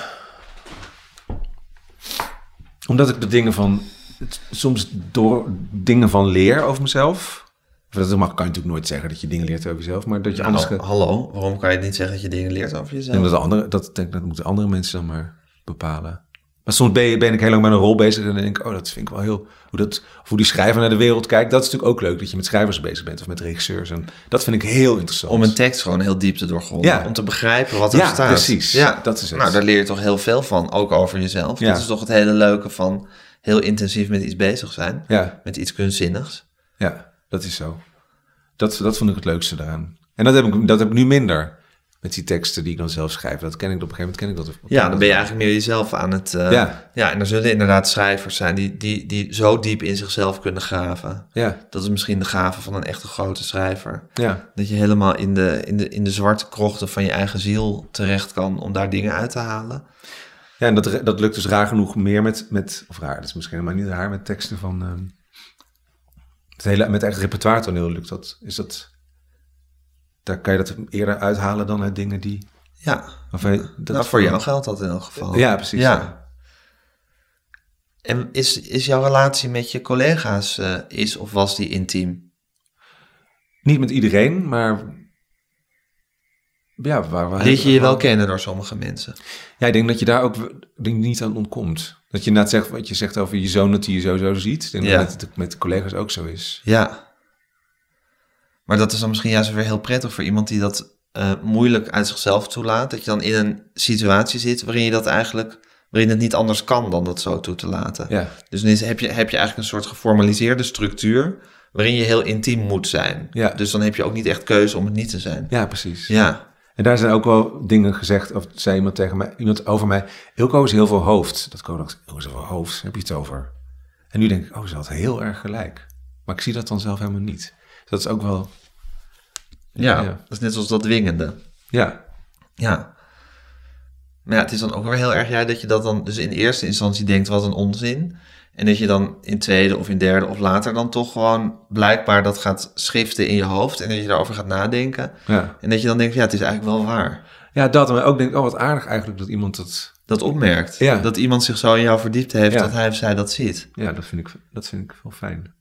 omdat ik de dingen van... soms door dingen van leer over mezelf. Of dat mag, kan je natuurlijk nooit zeggen dat je dingen leert over jezelf. Maar dat je Nou, anders... Ge- hallo, waarom kan je niet zeggen dat je dingen leert over jezelf? En dat, de andere, dat, denk, dat moeten andere mensen dan maar bepalen. Maar soms ben, je, ben ik heel lang met een rol bezig en dan denk ik, oh, dat vind ik wel heel... Hoe, dat, of hoe die schrijver naar de wereld kijkt, dat is natuurlijk ook leuk. Dat je met schrijvers bezig bent of met regisseurs. En dat vind ik heel interessant. Om een tekst gewoon heel diep te doorgronden. Ja. Om te begrijpen wat er Ja, staat. precies. Ja, Dat is het. Nou, daar leer je toch heel veel van, ook over jezelf. Ja. Dat is toch het hele leuke van heel intensief met iets bezig zijn. Ja. Met iets kunstzinnigs. Ja, dat is zo. Dat, dat vond ik het leukste daaraan. En dat heb ik, dat heb ik nu minder met die teksten die ik dan zelf schrijf. Dat ken ik op een gegeven moment. Ken ik dat, Ja, dan ben je eigenlijk meer jezelf aan het... Uh, Ja. ja, en er zullen inderdaad schrijvers zijn die, die, die zo diep in zichzelf kunnen graven. Ja. Dat is misschien de gave van een echte grote schrijver. Ja. Dat je helemaal in de, in, de, in de zwarte krochten van je eigen ziel terecht kan om daar dingen uit te halen. Ja, en dat, dat lukt dus raar genoeg meer met... met of raar, dat is misschien helemaal niet raar, met teksten van... Um, het hele, met echt repertoire toneel lukt dat. Is dat... Daar kan je dat eerder uithalen dan uit dingen die... Ja, Of hij, dat nou, voor jou geldt dat in elk geval. Ja, precies. Ja. Ja. En is, is jouw relatie met je collega's, uh, is of was die intiem? Niet met iedereen, maar... Ja, waar, waar Liet je je wel kennen door sommige mensen? Ja, ik denk dat je daar ook denk, niet aan ontkomt. Dat je net zegt wat je zegt over je zoon, dat hij je sowieso ziet. Ik denk Ja. dat het met collega's ook zo is. Ja. Maar dat is dan misschien juist weer heel prettig voor iemand die dat uh, moeilijk uit zichzelf toelaat. Dat je dan in een situatie zit waarin je dat eigenlijk, waarin het niet anders kan dan dat zo toe te laten. Ja. Dus dan is, heb, je, heb je eigenlijk een soort geformaliseerde structuur waarin je heel intiem moet zijn. Ja. Dus dan heb je ook niet echt keuze om het niet te zijn. Ja, precies. Ja. En daar zijn ook wel dingen gezegd, of zei iemand tegen mij, iemand over mij, Ilko is heel veel hoofd. Dat ik ook dacht, Ilko is heel veel hoofd, heb je het over? En nu denk ik, oh, ze had heel erg gelijk. Maar ik zie dat dan zelf helemaal niet. Dus dat is ook wel... Ja, Ja. dat is net zoals dat dwingende. Ja, Ja. Maar ja, het is dan ook weer heel erg ja, dat je dat dan dus in eerste instantie denkt, wat een onzin. En dat je dan in tweede of in derde of later dan toch gewoon blijkbaar dat gaat schiften in je hoofd. En dat je daarover gaat nadenken. ja. En dat je dan denkt, ja, het is eigenlijk wel waar. Ja, dat. En ook denk, oh, wat aardig eigenlijk dat iemand dat... Dat opmerkt. Ja. Dat iemand zich zo in jou verdiept heeft, Ja. dat hij of zij dat ziet. Ja, dat vind ik, dat vind ik wel fijn.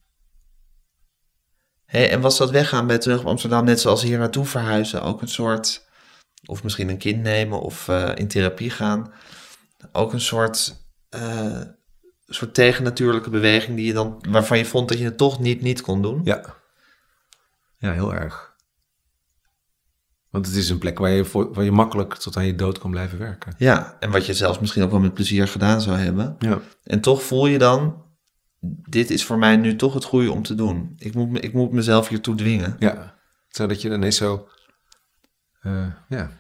Hey, en was dat weggaan bij terug op Amsterdam, net zoals hier naartoe verhuizen, ook een soort, of misschien een kind nemen of uh, in therapie gaan, ook een soort, uh, soort tegennatuurlijke beweging die je dan, waarvan je vond dat je het toch niet niet kon doen? Ja. Ja, heel erg. Want het is een plek waar je, voor, waar je makkelijk tot aan je dood kan blijven werken. Ja, en wat je zelfs misschien ook wel met plezier gedaan zou hebben. Ja. En toch voel je dan, dit is voor mij nu toch het goede om te doen. Ik moet, me- ik moet mezelf hiertoe dwingen. Ja. Zodat je dan ineens zo... Uh, ja.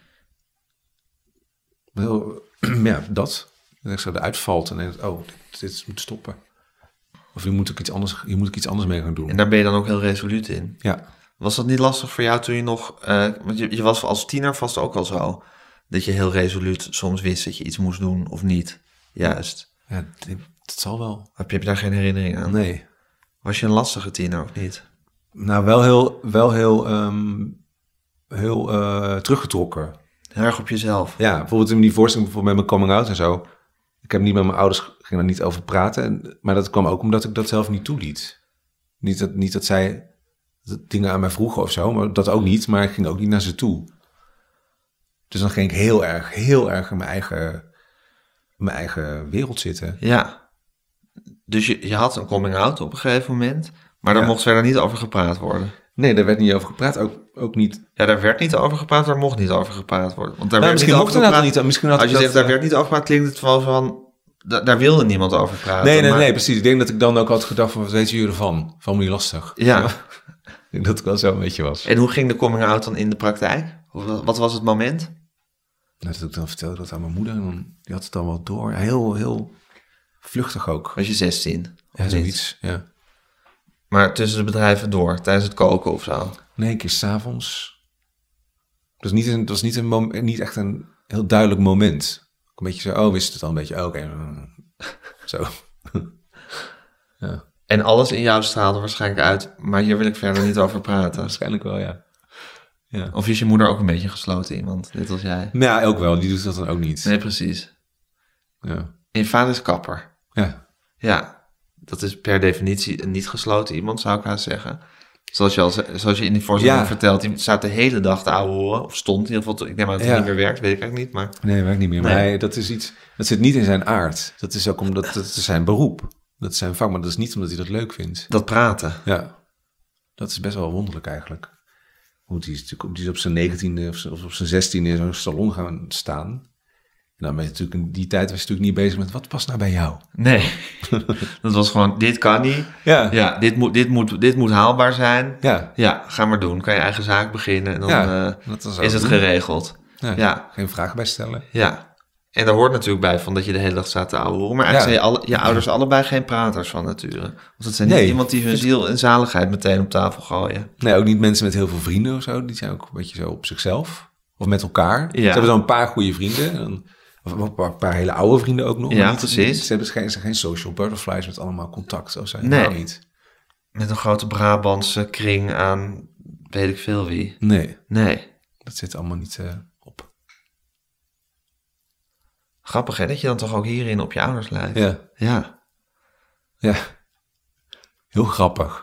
Heel, ja, dat. Dat ik zo eruit valt en denk, oh, dit, dit moet stoppen. Of hier moet, ik iets anders, hier moet ik iets anders mee gaan doen. En daar ben je dan ook heel resoluut in. Ja. Was dat niet lastig voor jou toen je nog... Uh, want je, je was als tiener vast ook al zo. Dat je heel resoluut soms wist dat je iets moest doen of niet. Juist. Ja, dit, dat zal wel. Heb je, heb je daar geen herinnering aan? Nee. Was je een lastige tiener of niet? Nou, wel heel, wel heel, um, heel uh, teruggetrokken. Heel erg op jezelf. Ja, bijvoorbeeld in die voorstelling bijvoorbeeld met mijn coming out en zo. Ik heb niet met mijn ouders, ging er niet over praten. En, maar dat kwam ook omdat ik dat zelf niet toeliet. Niet dat, niet dat zij dingen aan mij vroegen of zo, maar dat ook niet. Maar ik ging ook niet naar ze toe. Dus dan ging ik heel erg, heel erg in mijn eigen, in mijn eigen wereld zitten. Ja. Dus je, je had een coming-out op een gegeven moment... maar daar Ja. mocht verder niet over gepraat worden. Nee, daar werd niet over gepraat. Ook, ook niet. Ja, daar werd niet over gepraat, daar mocht niet over gepraat worden. Want daar Nou, werd misschien niet mocht over er gepraat. niet. Misschien had Als je ik zegt, dat, daar werd niet over gepraat, klinkt het wel van... da- daar wilde niemand over praten. Nee, nee, maar- nee, precies. Ik denk dat ik dan ook had gedacht van, wat weten jullie ervan? Van me niet lastig. Ja. Ik denk dat het wel zo een beetje was. En hoe ging de coming-out dan in de praktijk? Hoe- Wat was het moment? Nou, dat ik dan vertelde dat aan mijn moeder. En dan, die had het dan wel door. Heel, heel vluchtig ook. Was je zestien? Ja, zoiets. Ja. Maar tussen de bedrijven door, tijdens het koken of zo? Nee, een keer 's avonds. Het was niet, een, het was niet, een mom- niet echt een heel duidelijk moment. Een beetje zo, oh, wist het al een beetje. Oh, oké. Zo. Ja, En alles in jou straalde waarschijnlijk uit, maar hier wil ik verder niet over praten. waarschijnlijk wel, ja. Ja. Of is je moeder ook een beetje gesloten iemand, net als jij? Nou ja, ook wel. Die doet dat dan ook niet. Nee, precies. Ja. En je vader is kapper. Ja. Ja, dat is per definitie een niet gesloten iemand, zou ik haast zeggen. Zoals je, al, ze- zoals je in die voorstelling Ja. vertelt, die staat de hele dag te ouwe horen. Of stond in ieder geval, ik neem aan dat het Ja. niet meer werkt, weet ik eigenlijk niet. Maar Nee, werkt niet meer. Maar Nee. hij, dat is iets, dat zit niet in zijn aard. Dat is ook omdat, dat is zijn beroep. Dat is zijn vak, maar dat is niet omdat hij dat leuk vindt. dat praten. Ja. Dat is best wel wonderlijk eigenlijk. Hoe die is natuurlijk die is op zijn negentiende of z- of op zijn zestiende in zo'n salon gaan staan. En dan ben je natuurlijk in die tijd was je natuurlijk niet bezig met wat past nou bij jou. Nee, dat was gewoon, dit kan niet. Ja. Ja, dit moet, dit moet, dit moet haalbaar zijn. Ja. Ja, ga maar doen. Kan je eigen zaak beginnen en dan Ja, eh, dat was is ook het doen. geregeld. Ja. Ja. Geen vragen bij stellen. Ja. En daar hoort natuurlijk bij van dat je de hele dag staat te ouwehoeren. Maar eigenlijk Ja. zijn je, alle, je ouders allebei geen praters van nature. Want dat zijn niet Nee. iemand die hun ziel en zaligheid meteen op tafel gooien. Nee, ook niet mensen met heel veel vrienden of zo. Die zijn ook een beetje zo op zichzelf. Of met elkaar. Ze hebben zo'n paar goede vrienden. En, of een paar, paar hele oude vrienden ook nog. Ja, maar niet, precies. Ze hebben geen, ze zijn geen social butterflies met allemaal contact. Zo zijn Nee. helemaal niet. Met een grote Brabantse kring aan weet ik veel wie. Nee, Nee. dat zit allemaal niet eh, op. Grappig hè, dat je dan toch ook hierin op je ouders lijkt. Ja, Ja. ja. Heel grappig.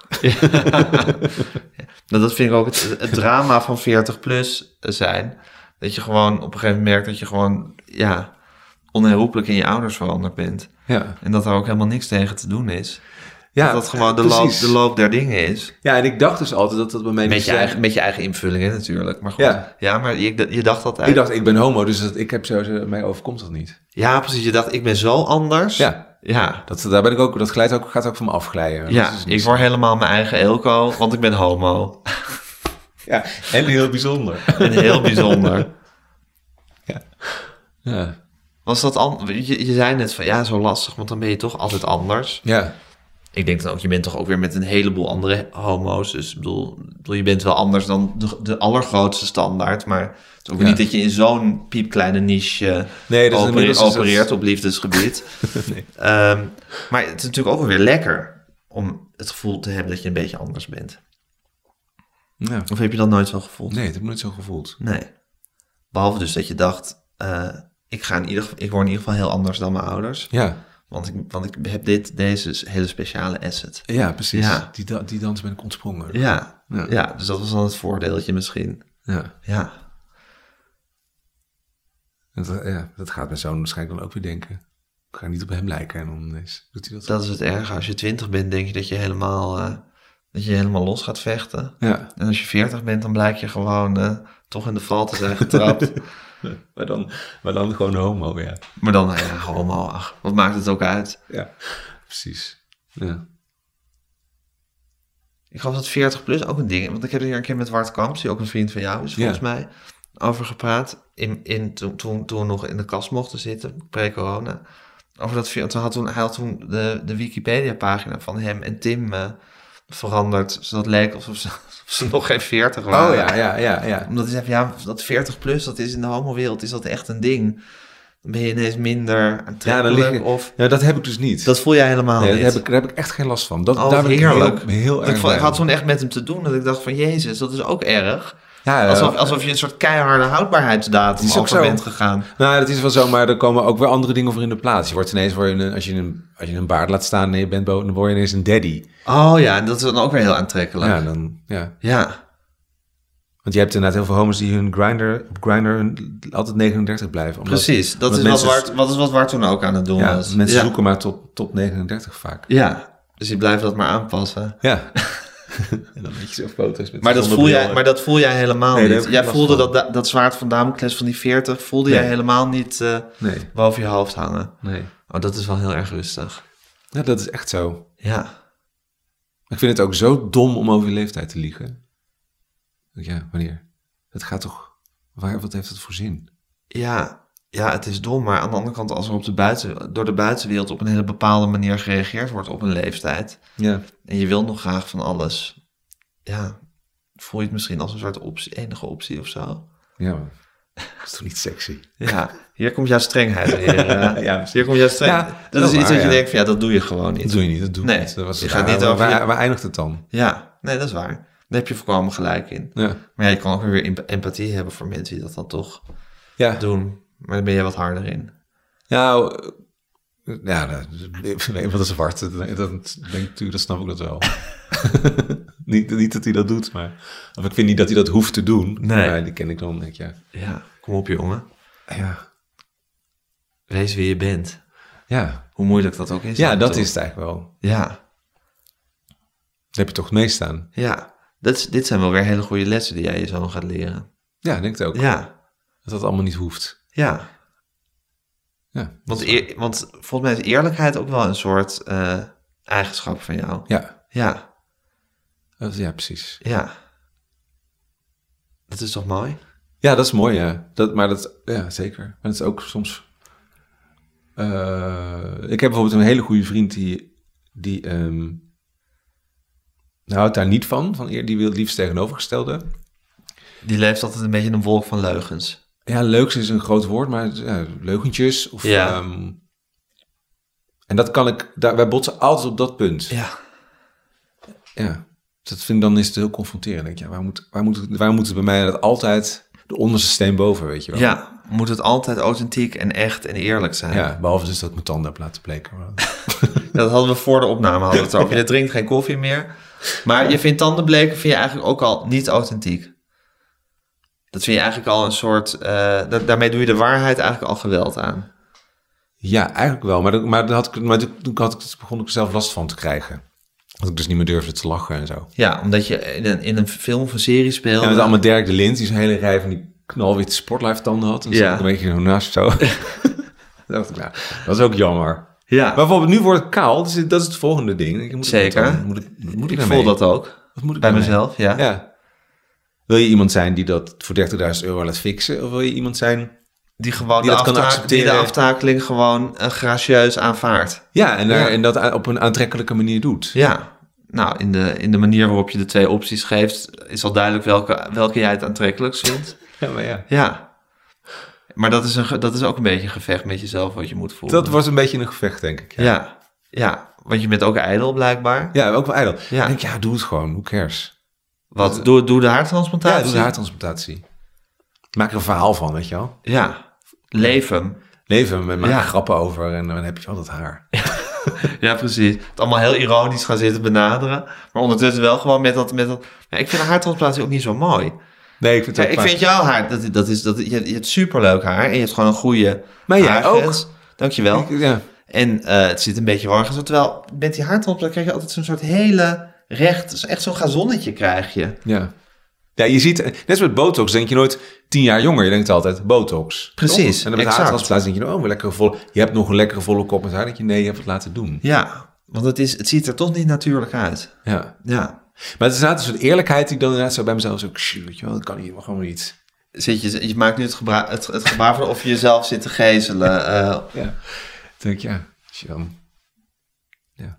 Nou, dat vind ik ook het, het drama van veertig plus zijn. Dat je gewoon op een gegeven moment merkt dat je gewoon, ja, onherroepelijk in je ouders veranderd bent. Ja, En dat er ook helemaal niks tegen te doen is. ja dat dat gewoon de loop, precies. de loop der dingen is. Ja, en ik dacht dus altijd dat dat bij mij... Met niet je, zo- eigen, met je eigen invullingen natuurlijk. Maar goed, Ja. ja, maar je, je dacht altijd... Ik dacht, ik ben homo, dus dat, ik heb zo, zo- mij overkomt dat niet. Ja, precies. Je dacht, ik ben zo anders. Ja, Ja, dat, daar ben ik ook, dat glijdt ook, gaat ook van me afglijden. ja Dat is niet ik zo. word helemaal mijn eigen Eelco, want ik ben homo. Ja, en heel bijzonder. En heel bijzonder. Ja, Was dat an- je, je zei net van, ja, zo lastig, want dan ben je toch altijd anders. ja. Ik denk dan ook, je bent toch ook weer met een heleboel andere homo's. Dus ik bedoel, ik bedoel je bent wel anders dan de, de allergrootste standaard. Maar het is ook Ja. niet dat je in zo'n piepkleine niche uh, Nee, dus opere- inmiddels is het- opereert op liefdesgebied. Nee. Ehm, maar het is natuurlijk ook wel weer lekker om het gevoel te hebben dat je een beetje anders bent. Ja. Of heb je dat nooit zo gevoeld? Nee, dat heb ik nooit zo gevoeld. Nee. Behalve dus dat je dacht, uh, ik, ga in ieder geval, ik word in ieder geval heel anders dan mijn ouders. Ja, Want ik, want ik heb dit, deze hele speciale asset. ja precies. Ja. Die, da- die dans ben ik ontsprongen. Ja, Ja. ja. dus dat was dan het voordeeltje misschien. Ja. Ja, Dat, ja, dat gaat mijn zoon waarschijnlijk dan ook weer denken. Ik ga niet op hem lijken en dan is, doet hij dat. dat is het erge. Als je twintig bent, denk je dat je helemaal, uh, dat je helemaal los gaat vechten. Ja, En als je veertig bent, dan blijk je gewoon uh, toch in de val te zijn getrapt. maar dan, maar dan gewoon homo, ja. Maar dan, ja, homo, ach, wat maakt het ook uit? Ja, precies. Ja. Ik geloof dat veertig plus ook een ding is. Want ik heb er hier een keer met Wart Kamps, die ook een vriend van jou is, volgens Ja. mij, over gepraat. In, in, toen, toen, toen we nog in de kast mochten zitten, pre-corona. Over dat, veer- toen had toen, hij had toen de, de Wikipedia-pagina van hem en Tim uh, veranderd. Zodat het leek alsof ze, alsof ze nog geen veertig waren. Oh ja, ja, ja, ja. Omdat hij zei, ja, dat veertig plus, dat is in de homo-wereld, is dat echt een ding. Dan ben je ineens minder aantrekkelijk. lig je- of, Ja, dat heb ik dus niet. dat voel jij helemaal nee, niet. daar, heb ik, daar heb ik echt geen last van. Dat, Oh, daar ben heerlijk. ik heel, heel ik, erg vond, ik blij had toen echt met hem te doen dat ik dacht van, jezus, dat is ook erg. Ja, Alsof, ja. alsof je een soort keiharde houdbaarheidsdatum Het is ook over zo. bent gegaan. Nou, dat is wel zo, maar er komen ook weer andere dingen voor in de plaats. Je wordt ineens, word je een, als, je een, als je een baard laat staan en je bent boven, dan word je ineens een daddy. Oh ja, en dat is dan ook weer heel aantrekkelijk. Ja, Ja. dan, ja. ja. Want je hebt inderdaad heel veel homo's die hun grinder, op Grindr altijd negenendertig blijven. Omdat, Precies, dat is mensen, wat, Wart, wat is wat Wart toen ook aan het doen ja, was. Mensen ja. zoeken maar tot, tot negenendertig vaak. Ja, dus die blijven dat maar aanpassen. Ja. En dan weet je zo foto's met Maar dat, voel jij, maar dat voel jij helemaal nee, niet. Jij voelde van. dat, dat zwaard van Damocles van die veertig... voelde nee. jij helemaal niet uh, nee. boven je hoofd hangen. Nee. Oh, dat is wel heel erg rustig. Ja, dat is echt zo. Ja. Ik vind het ook zo dom om over je leeftijd te liegen. Ja, wanneer? Het gaat toch... Waar, wat heeft het voor zin? Ja, ja, het is dom. Maar aan de andere kant, als er op de buiten, door de buitenwereld... op een hele bepaalde manier gereageerd wordt op een leeftijd... Ja. En je wil nog graag van alles... Ja, voel je het misschien als een soort optie, enige optie of zo? Ja, maar dat is toch niet sexy? Ja, hier komt jouw strengheid weer. Uh, ja, hier komt jouw strengheid. Ja, dat, dat is iets waar, dat je ja. denkt van, ja, dat doe je gewoon niet. Dat doe je niet, dat doe je nee, niet. Dat was je gaat niet waar, over waar, je... waar eindigt het dan? Ja, nee, dat is waar. Daar heb je volkomen gelijk in. Ja. Maar ja, je kan ook weer empathie hebben voor mensen die dat dan toch ja. doen. Maar dan ben je wat harder in. Ja, ja, nee, wat is zwart. Dat denk ik, dat snap ik dat wel. niet, niet dat hij dat doet, maar... Of ik vind niet dat hij dat hoeft te doen. Nee. Maar die ken ik dan, denk ik, ja. Ja, kom op, jongen. Ja. Wees wie je bent. Ja. Hoe moeilijk dat ook is. Ja, dat toch? is het eigenlijk wel. Ja. Daar heb je toch meestaan. Ja. Dat is, dit zijn wel weer hele goede lessen die jij je zoon gaat leren. Ja, denk ik ook. Ja. Dat dat allemaal niet hoeft. Ja. Ja, want, eer, want volgens mij is eerlijkheid ook wel een soort uh, eigenschap van jou. Ja. Ja. Ja, precies. Ja. Dat is toch mooi? Ja, dat is mooi, ja. Dat, maar dat, ja, zeker. Maar het is ook soms... Uh, ik heb bijvoorbeeld een hele goede vriend die... die um, nou, houdt daar niet van. van die wil het liefst tegenovergestelde. Die leeft altijd een beetje in een wolk van leugens. Ja, leugens is een groot woord, maar ja, leugentjes. Of, ja. Um, en dat kan ik... Daar, wij botsen altijd op dat punt. Ja. Ja. Dat vind ik dan is het heel confronterend. Denk, ja, waar, moet, waar, moet het, waar moet het bij mij dat altijd de onderste steen boven, weet je wel? Ja, moet het altijd authentiek en echt en eerlijk zijn. Ja, behalve dus dat ik mijn tanden heb laten bleken. Dat hadden we voor de opname hadden we het over. Je drinkt geen koffie meer. Maar je vindt tanden bleken vind je eigenlijk ook al niet authentiek. Dat vind je eigenlijk al een soort... Uh, da- daarmee doe je de waarheid eigenlijk al geweld aan. Ja, eigenlijk wel. Maar, dat, maar, dat had ik, maar toen had ik, begon ik er zelf last van te krijgen. Dat ik dus niet meer durfde te lachen en zo. Ja, omdat je in een, in een film of een serie speelde. En met allemaal Dirk de Lint, die zo'n hele rij van die knalwitte sportlife tanden had. En dan ja. zat ik een beetje zo naast zo. Dan dacht ik, nou, dat is ook jammer. Ja. Maar bijvoorbeeld, nu wordt het kaal. Dus dat is het volgende ding. Ik moet Zeker. Ik, moet ik, moet ik, ik voel dat ook. Wat moet ik bij mezelf, ja. ja. Wil je iemand zijn die dat voor dertigduizend euro laat fixen? Of wil je iemand zijn... Die gewoon die de, dat afta- kan accepteren. die de aftakeling gewoon uh, gracieus aanvaardt. Ja, en, daar, ja. en dat op een aantrekkelijke manier doet. Ja. Nou, in de, in de manier waarop je de twee opties geeft... is al duidelijk welke, welke jij het aantrekkelijkst vindt. Ja, maar ja. Ja. Maar dat is, een, dat is ook een beetje een gevecht met jezelf wat je moet voelen. Dat wordt een beetje een gevecht, denk ik. Ja, ja. ja. Want je bent ook ijdel, blijkbaar. Ja, ook wel ijdel. Ja. Ik denk, ja, doe het gewoon. Who cares? Wat? Dat, doe, doe de haartransplantatie? Ja, doe de haartransplantatie. Maak er een verhaal van, weet je wel? Ja. Leef hem. Leef hem en maak ja. grappen over en dan heb je wel dat haar. Ja, precies. Het allemaal heel ironisch gaan zitten benaderen. Maar ondertussen wel gewoon met dat... Met dat ja, ik vind een haartransplantatie ook niet zo mooi. Nee, ik vind het ja, Ik vind jouw haar... Dat, dat is, dat, je, je hebt superleuk haar. En je hebt gewoon een goede maar jij ook. Dankjewel. Ik, ja. En uh, het zit een beetje warm. Terwijl met die haartransplantatie krijg je altijd zo'n soort hele recht... Echt zo'n gazonnetje krijg je. Ja. Ja, je ziet... Net als met botox denk je nooit tien jaar jonger. Je denkt altijd botox. Precies, toch? En dan met haartransplantatie denk je... Oh, een lekkere volle... Je hebt nog een lekkere volle kop met haar. denk je, nee, je hebt het laten doen. Ja, want het, is, het ziet er toch niet natuurlijk uit. Ja. Ja. Maar het is inderdaad een soort eerlijkheid die ik dan inderdaad zo bij mezelf zo... Weet je wel, dat kan niet, gewoon niet. Zit je, je maakt nu het, gebra- het, het gebaar van of je jezelf zit te gezelen. Uh. Ja. denk ik, ja, als je dan... Ja.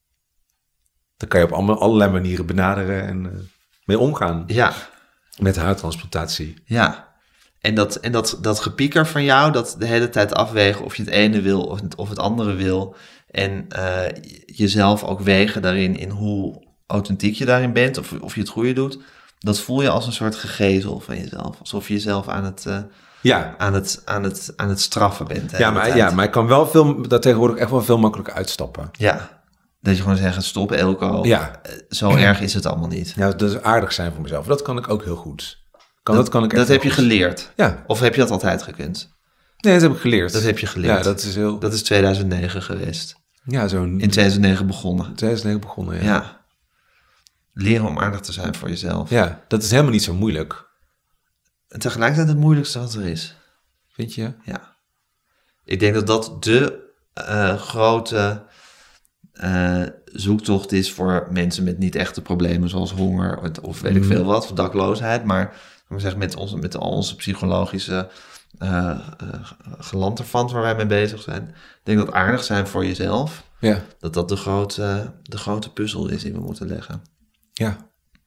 Dan kan je op allemaal, allerlei manieren benaderen en uh, mee omgaan. Ja. Met haartransplantatie. Ja. En dat, en dat, dat gepieker van jou, dat de hele tijd afwegen of je het ene wil of het, of het andere wil. En uh, jezelf ook wegen daarin in hoe authentiek je daarin bent of, of je het goede doet. Dat voel je als een soort gegezel van jezelf. Alsof je jezelf aan het, uh, ja. aan het, aan het, aan het straffen bent. Ja maar, ja, maar ik kan wel veel, dat tegenwoordig echt wel veel makkelijker uitstappen. Ja. Dat je gewoon zegt, stop Eelco. Ja. Zo erg is het allemaal niet. Ja, dat is aardig zijn voor mezelf. Dat kan ik ook heel goed. Kan, dat, dat kan ik echt Dat heb je goed. geleerd? Ja. Of heb je dat altijd gekund? Nee, dat heb ik geleerd. Dat heb je geleerd. Ja, dat is heel... Dat is tweeduizend negen geweest. Ja, zo'n... In tweeduizend negen begonnen. tweeduizend negen begonnen, ja. Ja. Leren om aardig te zijn voor jezelf. Ja, dat is helemaal niet zo moeilijk. En tegelijkertijd het moeilijkste wat er is. Vind je? Ja. Ik denk dat dat de uh, grote uh, zoektocht is voor mensen met niet echte problemen zoals honger of weet ik veel wat, of dakloosheid. Maar, maar zeg, met, onze, met al onze psychologische uh, uh, gelanterfant waar wij mee bezig zijn. Ik denk dat aardig zijn voor jezelf, ja. dat dat de grote, de grote puzzel is die we moeten leggen. Ja.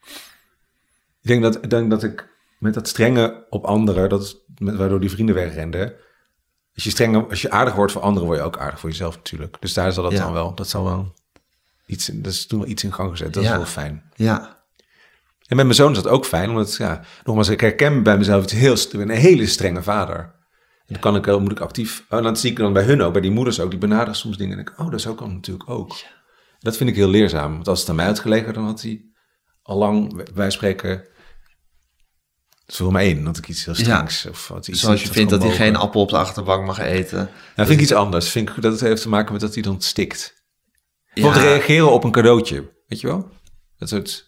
Ik denk dat, ik denk dat ik met dat strenge op anderen, dat is met, waardoor die vrienden wegrenden. Als je, strenge, als je aardig wordt voor anderen, word je ook aardig voor jezelf natuurlijk. Dus daar zal dat ja. dan wel, dat zal wel iets, dat is toen wel iets in gang gezet. Dat ja. is wel fijn. Ja. En met mijn zoon is dat ook fijn, omdat, ja, nogmaals, ik herken bij mezelf iets heel, ik ben een hele strenge vader. En dan kan ik, moet ik actief, oh, dan zie ik dan bij hun ook, bij die moeders ook, die benaderen soms dingen en denk ik, oh, dat zo kan natuurlijk ook. Ja. Dat vind ik heel leerzaam, want als het aan mij had gelegen, dan had hij al lang, wij spreken, vul maar één, dat ik iets heel strengs. Ja. Of wat, iets Zoals je vindt dat hij geen appel op de achterbank mag eten. Nou, vind ik iets anders. Vind ik dat het heeft te maken met dat hij dan stikt. Bijvoorbeeld ja. reageren op een cadeautje, weet je wel? Dat soort...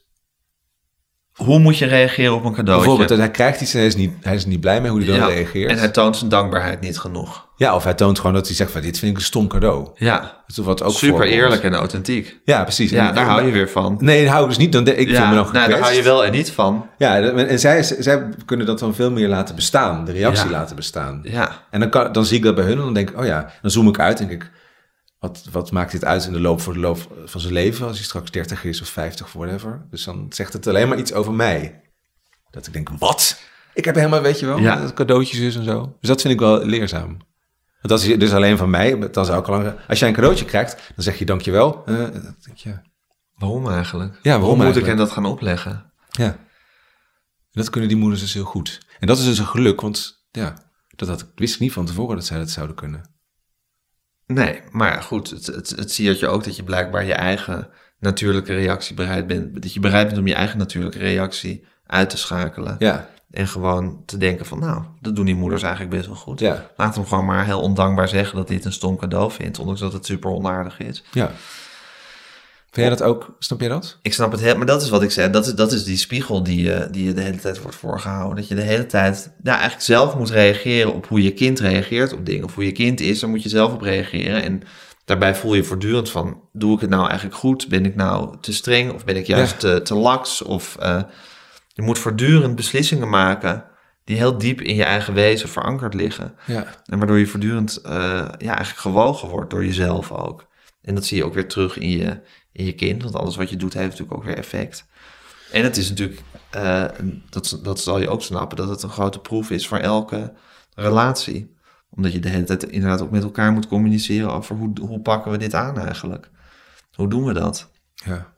Hoe moet je reageren op een cadeautje? Bijvoorbeeld, hij krijgt iets en hij is niet, hij is niet blij mee hoe hij dan ja, reageert. En hij toont zijn dankbaarheid niet genoeg. Ja, of hij toont gewoon dat hij zegt van dit vind ik een stom cadeau. Ja, dat is wat ook super voorkomt. Eerlijk en authentiek. Ja, precies. Ja, en, daar en, hou je weer van. Nee, daar hou ik dus niet. Dan de, ik ja, vind me nog nou, daar hou je wel en niet van. Ja, en zij, zij kunnen dat dan veel meer laten bestaan. De reactie ja. laten bestaan. Ja. En dan, kan, dan zie ik dat bij hun en dan denk ik, oh ja, dan zoom ik uit en denk ik, Wat, wat maakt dit uit in de loop voor de loop van zijn leven als hij straks dertig is of vijftig of whatever. Dus dan zegt het alleen maar iets over mij. Dat ik denk, wat? Ik heb helemaal, weet je wel, ja. cadeautjes dus en zo. Dus dat vind ik wel leerzaam. Want dat is dus alleen van mij. Dan zou ik al lang, als jij een cadeautje krijgt, dan zeg je dankjewel. Uh, dan denk je, ja. Waarom eigenlijk? Ja, waarom Hoe moet eigenlijk? ik hen dat gaan opleggen? Ja. En dat kunnen die moeders dus heel goed. En dat is dus een geluk, want ja, dat, dat wist ik niet van tevoren dat zij dat zouden kunnen. Nee, maar goed, het, het, het siert je ook dat je blijkbaar je eigen natuurlijke reactie bereid bent. Dat je bereid bent om je eigen natuurlijke reactie uit te schakelen. Ja. En gewoon te denken van, nou, dat doen die moeders eigenlijk best wel goed. Ja. Laat hem gewoon maar heel ondankbaar zeggen dat hij het een stom cadeau vindt, ondanks dat het super onaardig is. Ja. Vind jij dat ook? Snap je dat? Ik snap het heel, maar dat is wat ik zei. Dat is, dat is die spiegel die je, die je de hele tijd wordt voorgehouden. Dat je de hele tijd ja, eigenlijk zelf moet reageren op hoe je kind reageert op dingen. Of hoe je kind is, daar moet je zelf op reageren. En daarbij voel je voortdurend van, doe ik het nou eigenlijk goed? Ben ik nou te streng? Of ben ik juist ja. te, te laks? Of uh, je moet voortdurend beslissingen maken die heel diep in je eigen wezen verankerd liggen. Ja. En waardoor je voortdurend uh, ja, eigenlijk gewogen wordt door jezelf ook. En dat zie je ook weer terug in je, in je kind. Want alles wat je doet heeft natuurlijk ook weer effect. En het is natuurlijk, uh, dat, dat zal je ook snappen, dat het een grote proef is voor elke relatie. Omdat je de hele tijd inderdaad ook met elkaar moet communiceren over hoe, hoe pakken we dit aan eigenlijk. Hoe doen we dat? Ja.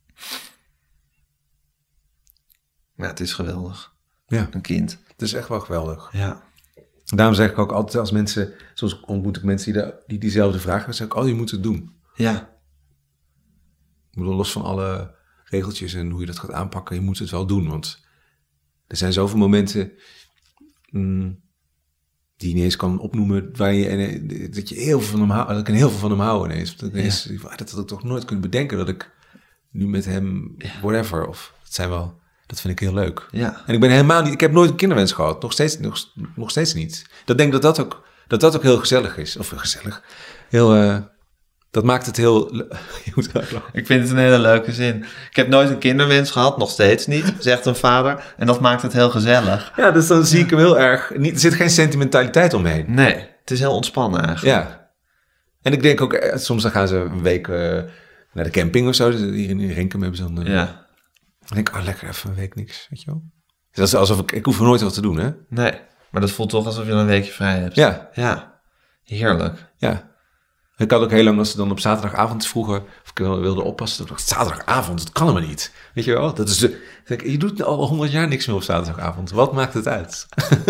Ja, het is geweldig. Ja. Een kind. Het is echt wel geweldig. Ja. Daarom zeg ik ook altijd als mensen, soms ontmoet ik mensen die, de, die diezelfde vraag hebben, zeg ik, oh, je moet het doen. Ja. Ik bedoel, los van alle regeltjes en hoe je dat gaat aanpakken, je moet het wel doen. Want er zijn zoveel momenten mm, die je niet eens kan opnoemen, waar je, dat je heel veel van hem houdt, dat ik heel veel van hem hou ineens. Dat, ineens, ja. dat had ik toch nooit kunnen bedenken, dat ik nu met hem, ja. whatever, of dat zijn wel... Dat vind ik heel leuk. Ja. En ik ben helemaal niet... Ik heb nooit een kinderwens gehad. Nog steeds, nog, nog steeds niet. Dat denk dat dat ook, dat dat ook heel gezellig is. Of gezellig. Heel... Uh, dat maakt het heel... Je moet ik vind het een hele leuke zin. Ik heb nooit een kinderwens gehad. Nog steeds niet, zegt een vader. En dat maakt het heel gezellig. Ja, dus dan zie ik hem heel erg... Niet, er zit geen sentimentaliteit omheen. Nee, het is heel ontspannen eigenlijk. Ja. En ik denk ook... Soms dan gaan ze een week uh, naar de camping of zo. Hier in Renkum hebben ze dan... Uh, ja. Dan denk ik, oh, lekker even een week niks, weet je wel. Dat is alsof ik, ik hoef er nooit wat te doen, hè? Nee, maar dat voelt toch alsof je een weekje vrij hebt. Ja. Ja, heerlijk. Ja. Ik had ook heel lang, als ze dan op zaterdagavond vroegen, of ik wilde oppassen, dan dacht ik, zaterdagavond, dat kan helemaal niet. Weet je wel, dat is de, je doet al honderd jaar niks meer op zaterdagavond. Wat maakt het uit?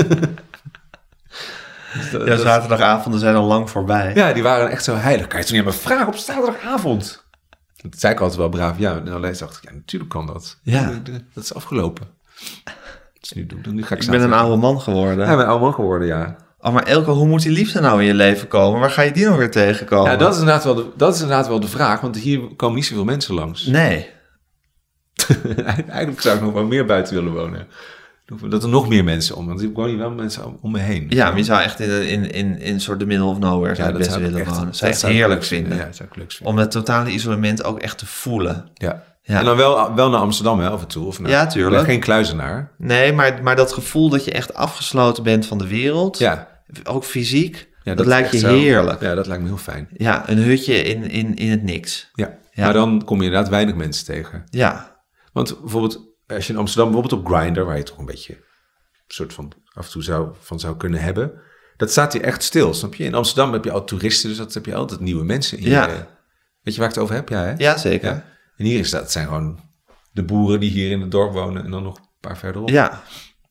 dus dat, ja, zaterdagavonden zijn al lang voorbij. Ja, die waren echt zo heilig. Kan je toch niet aan me vragen op zaterdagavond? Dat zei ik altijd wel braaf. Ja, en alleen dacht ik, ja, natuurlijk kan dat. Ja. Dat is afgelopen. Dus nu, doe, nu ga ik Ik ben een oude man geworden. Ja, ik ben een oude man geworden, ja. Oh, maar Eelco, hoe moet die liefde nou in je leven komen? Waar ga je die nou weer tegenkomen? Ja, dat is inderdaad wel de, dat is inderdaad wel de vraag, want hier komen niet zoveel mensen langs. Nee. Eigenlijk zou ik nog wel meer buiten willen wonen. Dat er nog meer mensen om, want ik woon hier wel mensen om me heen. Ja, maar je zou echt in, in, in, in soort de middle of nowhere zou ja, het best zou willen echt, wonen. Dat zou je echt zou heerlijk ik vinden. Ja, dat zou ik leuk vinden. Om het totale isolement ook echt te voelen. Ja. Ja. En dan wel, wel naar Amsterdam, hè, af en toe. Of nou, Ja, tuurlijk. Ik ben geen kluizenaar. Nee, maar, maar dat gevoel dat je echt afgesloten bent van de wereld, Ja. ook fysiek, Ja, dat, lijkt je echt zo. heerlijk. Ja, dat lijkt me heel fijn. Ja, een hutje in, in, in het niks. Ja. Ja. Maar dan kom je inderdaad weinig mensen tegen. Ja, Want bijvoorbeeld, als je in Amsterdam, bijvoorbeeld op Grindr, waar je toch een beetje een soort van af en toe zou, van zou kunnen hebben, dat staat hier echt stil, snap je? In Amsterdam heb je al toeristen, dus dat heb je altijd nieuwe mensen in Ja. je... Weet je waar ik het over heb? Ja, hè? ja zeker. Ja. En hier is dat, het zijn gewoon de boeren die hier in het dorp wonen en dan nog een paar verderop. Ja.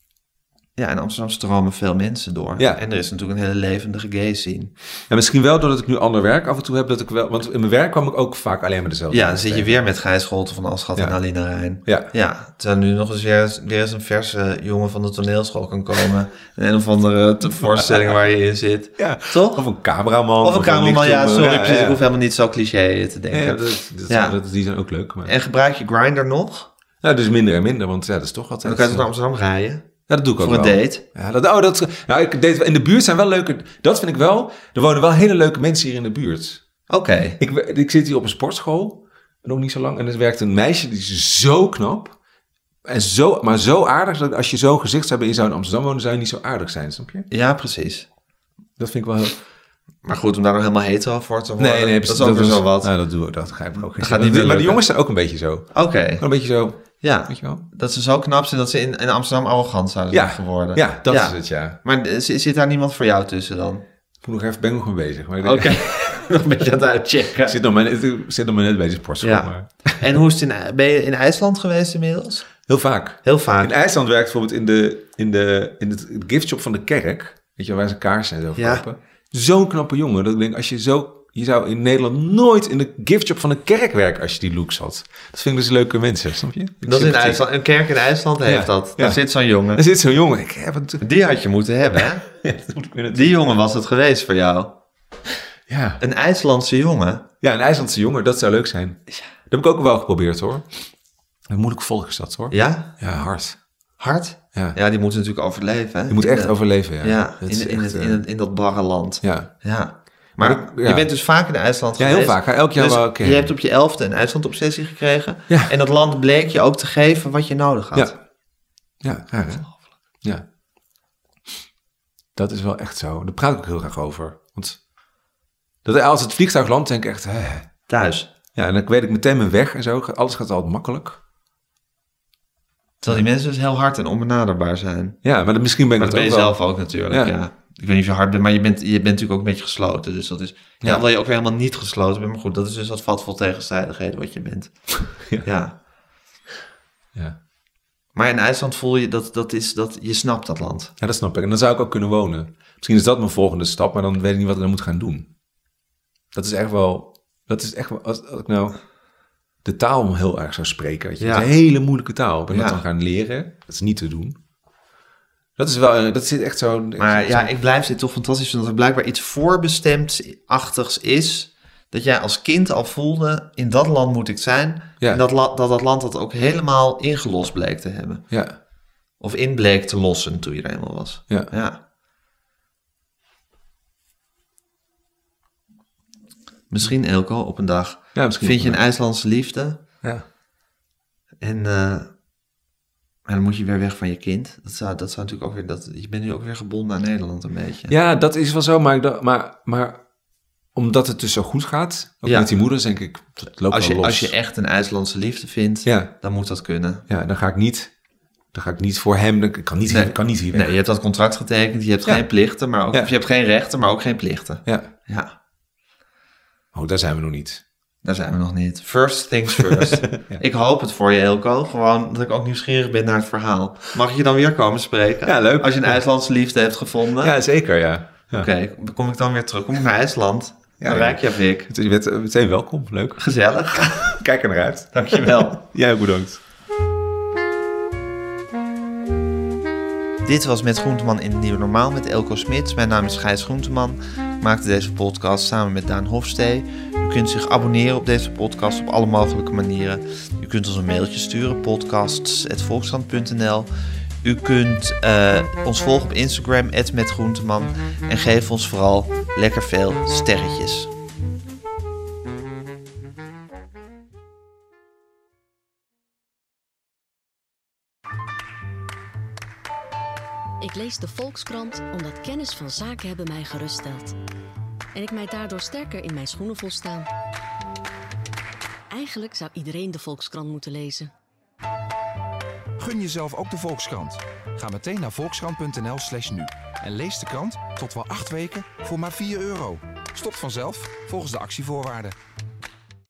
Ja, in Amsterdam stromen veel mensen door. Ja. En er is natuurlijk een hele levendige gay scene. En misschien wel doordat ik nu ander werk af en toe heb, dat ik wel... Want in mijn werk kwam ik ook vaak alleen maar dezelfde Ja, dan mensen zit je tegen. weer met Gijs Scholten van Alschat Ja. en Alina Rijn. Ja. Ja, terwijl nu nog eens weer, weer eens een verse jongen van de toneelschool kan komen. Een of andere te- voorstelling waar je in zit. Ja. Toch? Of een cameraman. Of een cameraman, ja, lichtzoemer. sorry, Ja, precies, ja. ik hoef helemaal niet zo cliché te denken. Ja, dat, dat, Ja. dat- die zijn ook leuk. Maar... En gebruik je Grindr nog? Ja, dus minder en minder, want ja, dat is toch altijd... Dan kan je toch naar Amsterdam rijden? Ja, dat doe ik ook Voor een wel. date? Ja, dat, oh, dat, nou, ik date, in de buurt zijn wel leuke... Dat vind ik wel... Er wonen wel hele leuke mensen hier in de buurt. Oké. Ik, ik zit hier op een sportschool, nog niet zo lang. En er werkt een meisje, die is zo knap. En zo, maar zo aardig, dat als je zo'n gezicht zou hebben... en je zou in Amsterdam wonen, zou je niet zo aardig zijn, snap je? Ja, precies. Dat vind ik wel heel... Maar goed, om daar nog helemaal hetero voor te worden, Nee, nee, dat is ook weer zo wat. Nou, dat, doe, dat begrijp ik ook. gaat Dat niet meer maar de lukken. jongens zijn ook een beetje zo. Oké, Gewoon een beetje zo, ja. weet je wel? Dat ze zo knap zijn dat ze in, in Amsterdam arrogant zouden Ja, zijn geworden. ja, dat Ja. is het, ja. Maar d- zit zit daar niemand voor jou tussen dan? Ik moet nog even, ben ik nog mee bezig. Maar ik denk- Oké, nog een beetje aan het uitchecken. Ik zit nog maar net, ik zit nog maar net bij de sportschool. Ja. Maar... En hoe is het in, ben je in IJsland geweest inmiddels? Heel vaak. Heel vaak. In IJsland werkt bijvoorbeeld in, de, in, de, in het giftshop van de kerk. Weet je wel, waar ze kaarsen en zo Ja. verkopen. Zo'n knappe jongen. Dat ik denk, als je zo... Je zou in Nederland nooit in de giftshop van de kerk werken als je die looks had. Dat vind ik dus leuke mensen, snap je? Ik Dat is in sympathie. IJsland. Een kerk in IJsland heeft Ja, dat. Daar ja. zit zo'n jongen. Er zit zo'n jongen. Ik heb het... Die had je moeten hebben, hè? Ja, dat moet ik weer Die jongen was het geweest voor jou. Ja. Een IJslandse jongen. ja, een IJslandse jongen. Dat zou leuk zijn. Dat heb ik ook wel geprobeerd, hoor. Een moeilijk volk is dat, hoor. Ja? Ja, hard. Hard? Ja. Ja, die moeten natuurlijk overleven. Hè? Je moet In echt de- overleven, ja. Ja, Dat in, is in, echt, het, eh, in, het, in dat barre land. Ja. Ja. Maar Maar ik- ja. je bent dus vaak in IJsland Ja, geweest. heel vaak. Elk jaar Dus wel een keer. je hebt op je elfde een IJsland-obsessie gekregen. Ja. En dat land bleek je ook te geven wat je nodig had. Ja. Ja, raar, hè? Ja. Dat is wel echt zo. Daar praat ik ook heel graag over. Want dat, als het vliegtuig landt, denk ik echt... Hè. Thuis. Ja, en dan weet ik meteen mijn weg en zo. Alles gaat altijd makkelijk. Terwijl die mensen dus heel hard en onbenaderbaar zijn. Ja, maar dan, misschien ben ik Maar dat het ben je ook wel. zelf ook natuurlijk, Ja. ja. Ik weet niet of je hard bent, maar je bent, je bent natuurlijk ook een beetje gesloten. Dus dat is... Ja, Ja. omdat je ook weer helemaal niet gesloten bent. Maar goed, dat is dus wat vat vol tegenstrijdigheden wat je bent. Ja. Ja. Ja. Maar in IJsland voel je dat, dat is, dat je snapt dat land. ja, dat snap ik. En dan zou ik ook kunnen wonen. Misschien is dat mijn volgende stap, maar dan weet ik niet wat ik dan moet gaan doen. Dat is echt wel... Dat is echt wel... Als, als ik nou de taal heel erg zou spreken. Weet je. Ja. Dat is een hele moeilijke taal. Ben Ja. dat dan gaan leren? Dat is niet te doen. Dat is wel... Dat zit echt zo... Maar zo- ja, ik blijf dit toch fantastisch vinden. Dat er blijkbaar iets voorbestemd-achtigs is. Dat jij als kind al voelde, in dat land moet ik zijn. Ja. En dat, la- dat dat land dat ook helemaal ingelost bleek te hebben. Ja, Of in bleek te lossen toen je er eenmaal was. ja. Ja. Misschien, Eelco, op een dag Ja, misschien vind op je een een IJslandse liefde. Ja. En, eh, en dan moet je weer weg van je kind. Dat zou, dat zou natuurlijk ook weer... Dat, je bent nu ook weer gebonden aan Nederland een beetje. Ja, dat is wel zo, maar, ik dacht- maar, maar omdat het dus zo goed gaat, ook Ja. met die moeders, denk ik, dat loopt Als wel je, los. als je echt een IJslandse liefde vindt, Ja, dan moet dat kunnen. ja, dan ga ik niet, dan ga ik niet voor hem, ik kan niet, Nee. hier, kan niet hier weg. Nee, je hebt dat contract getekend, je hebt Ja. geen plichten, maar ook, Ja. of je hebt geen rechten, maar ook geen plichten. Ja, Ja, oh, daar zijn we nog niet. daar zijn we nog niet. First things first. Ja. Ik hoop het voor je, Eelco. Gewoon dat ik ook nieuwsgierig ben naar het verhaal. Mag ik je dan weer komen spreken? Ja, leuk. Als je een IJslandse liefde hebt gevonden. Ja, zeker, ja. ja. Oké, kom ik dan weer terug. Kom ik naar IJsland. Ja, dan ja. Reykjavik. Vic. Je bent eh, meteen welkom, leuk. Gezellig. Kijk er naar uit. Dankjewel. Jij ook bedankt. Dit was Met Groenteman in het Nieuwe Normaal met Elko Smits. Mijn naam is Gijs Groenteman. Ik maakte deze podcast samen met Daan Hofstee. U kunt zich abonneren op deze podcast op alle mogelijke manieren. U kunt ons een mailtje sturen, podcasts at volkskrant punt n l. U kunt uh, ons volgen op Instagram, at met Groenteman. En geef ons vooral lekker veel sterretjes. Ik lees de Volkskrant omdat kennis van zaken hebben mij geruststelt. En ik mij daardoor sterker in mijn schoenen voel staan. Eigenlijk zou iedereen de Volkskrant moeten lezen. Gun jezelf ook de Volkskrant. Ga meteen naar volkskrant punt n l slash nu. En lees de krant tot wel acht weken voor maar vier euro. Stopt vanzelf volgens de actievoorwaarden.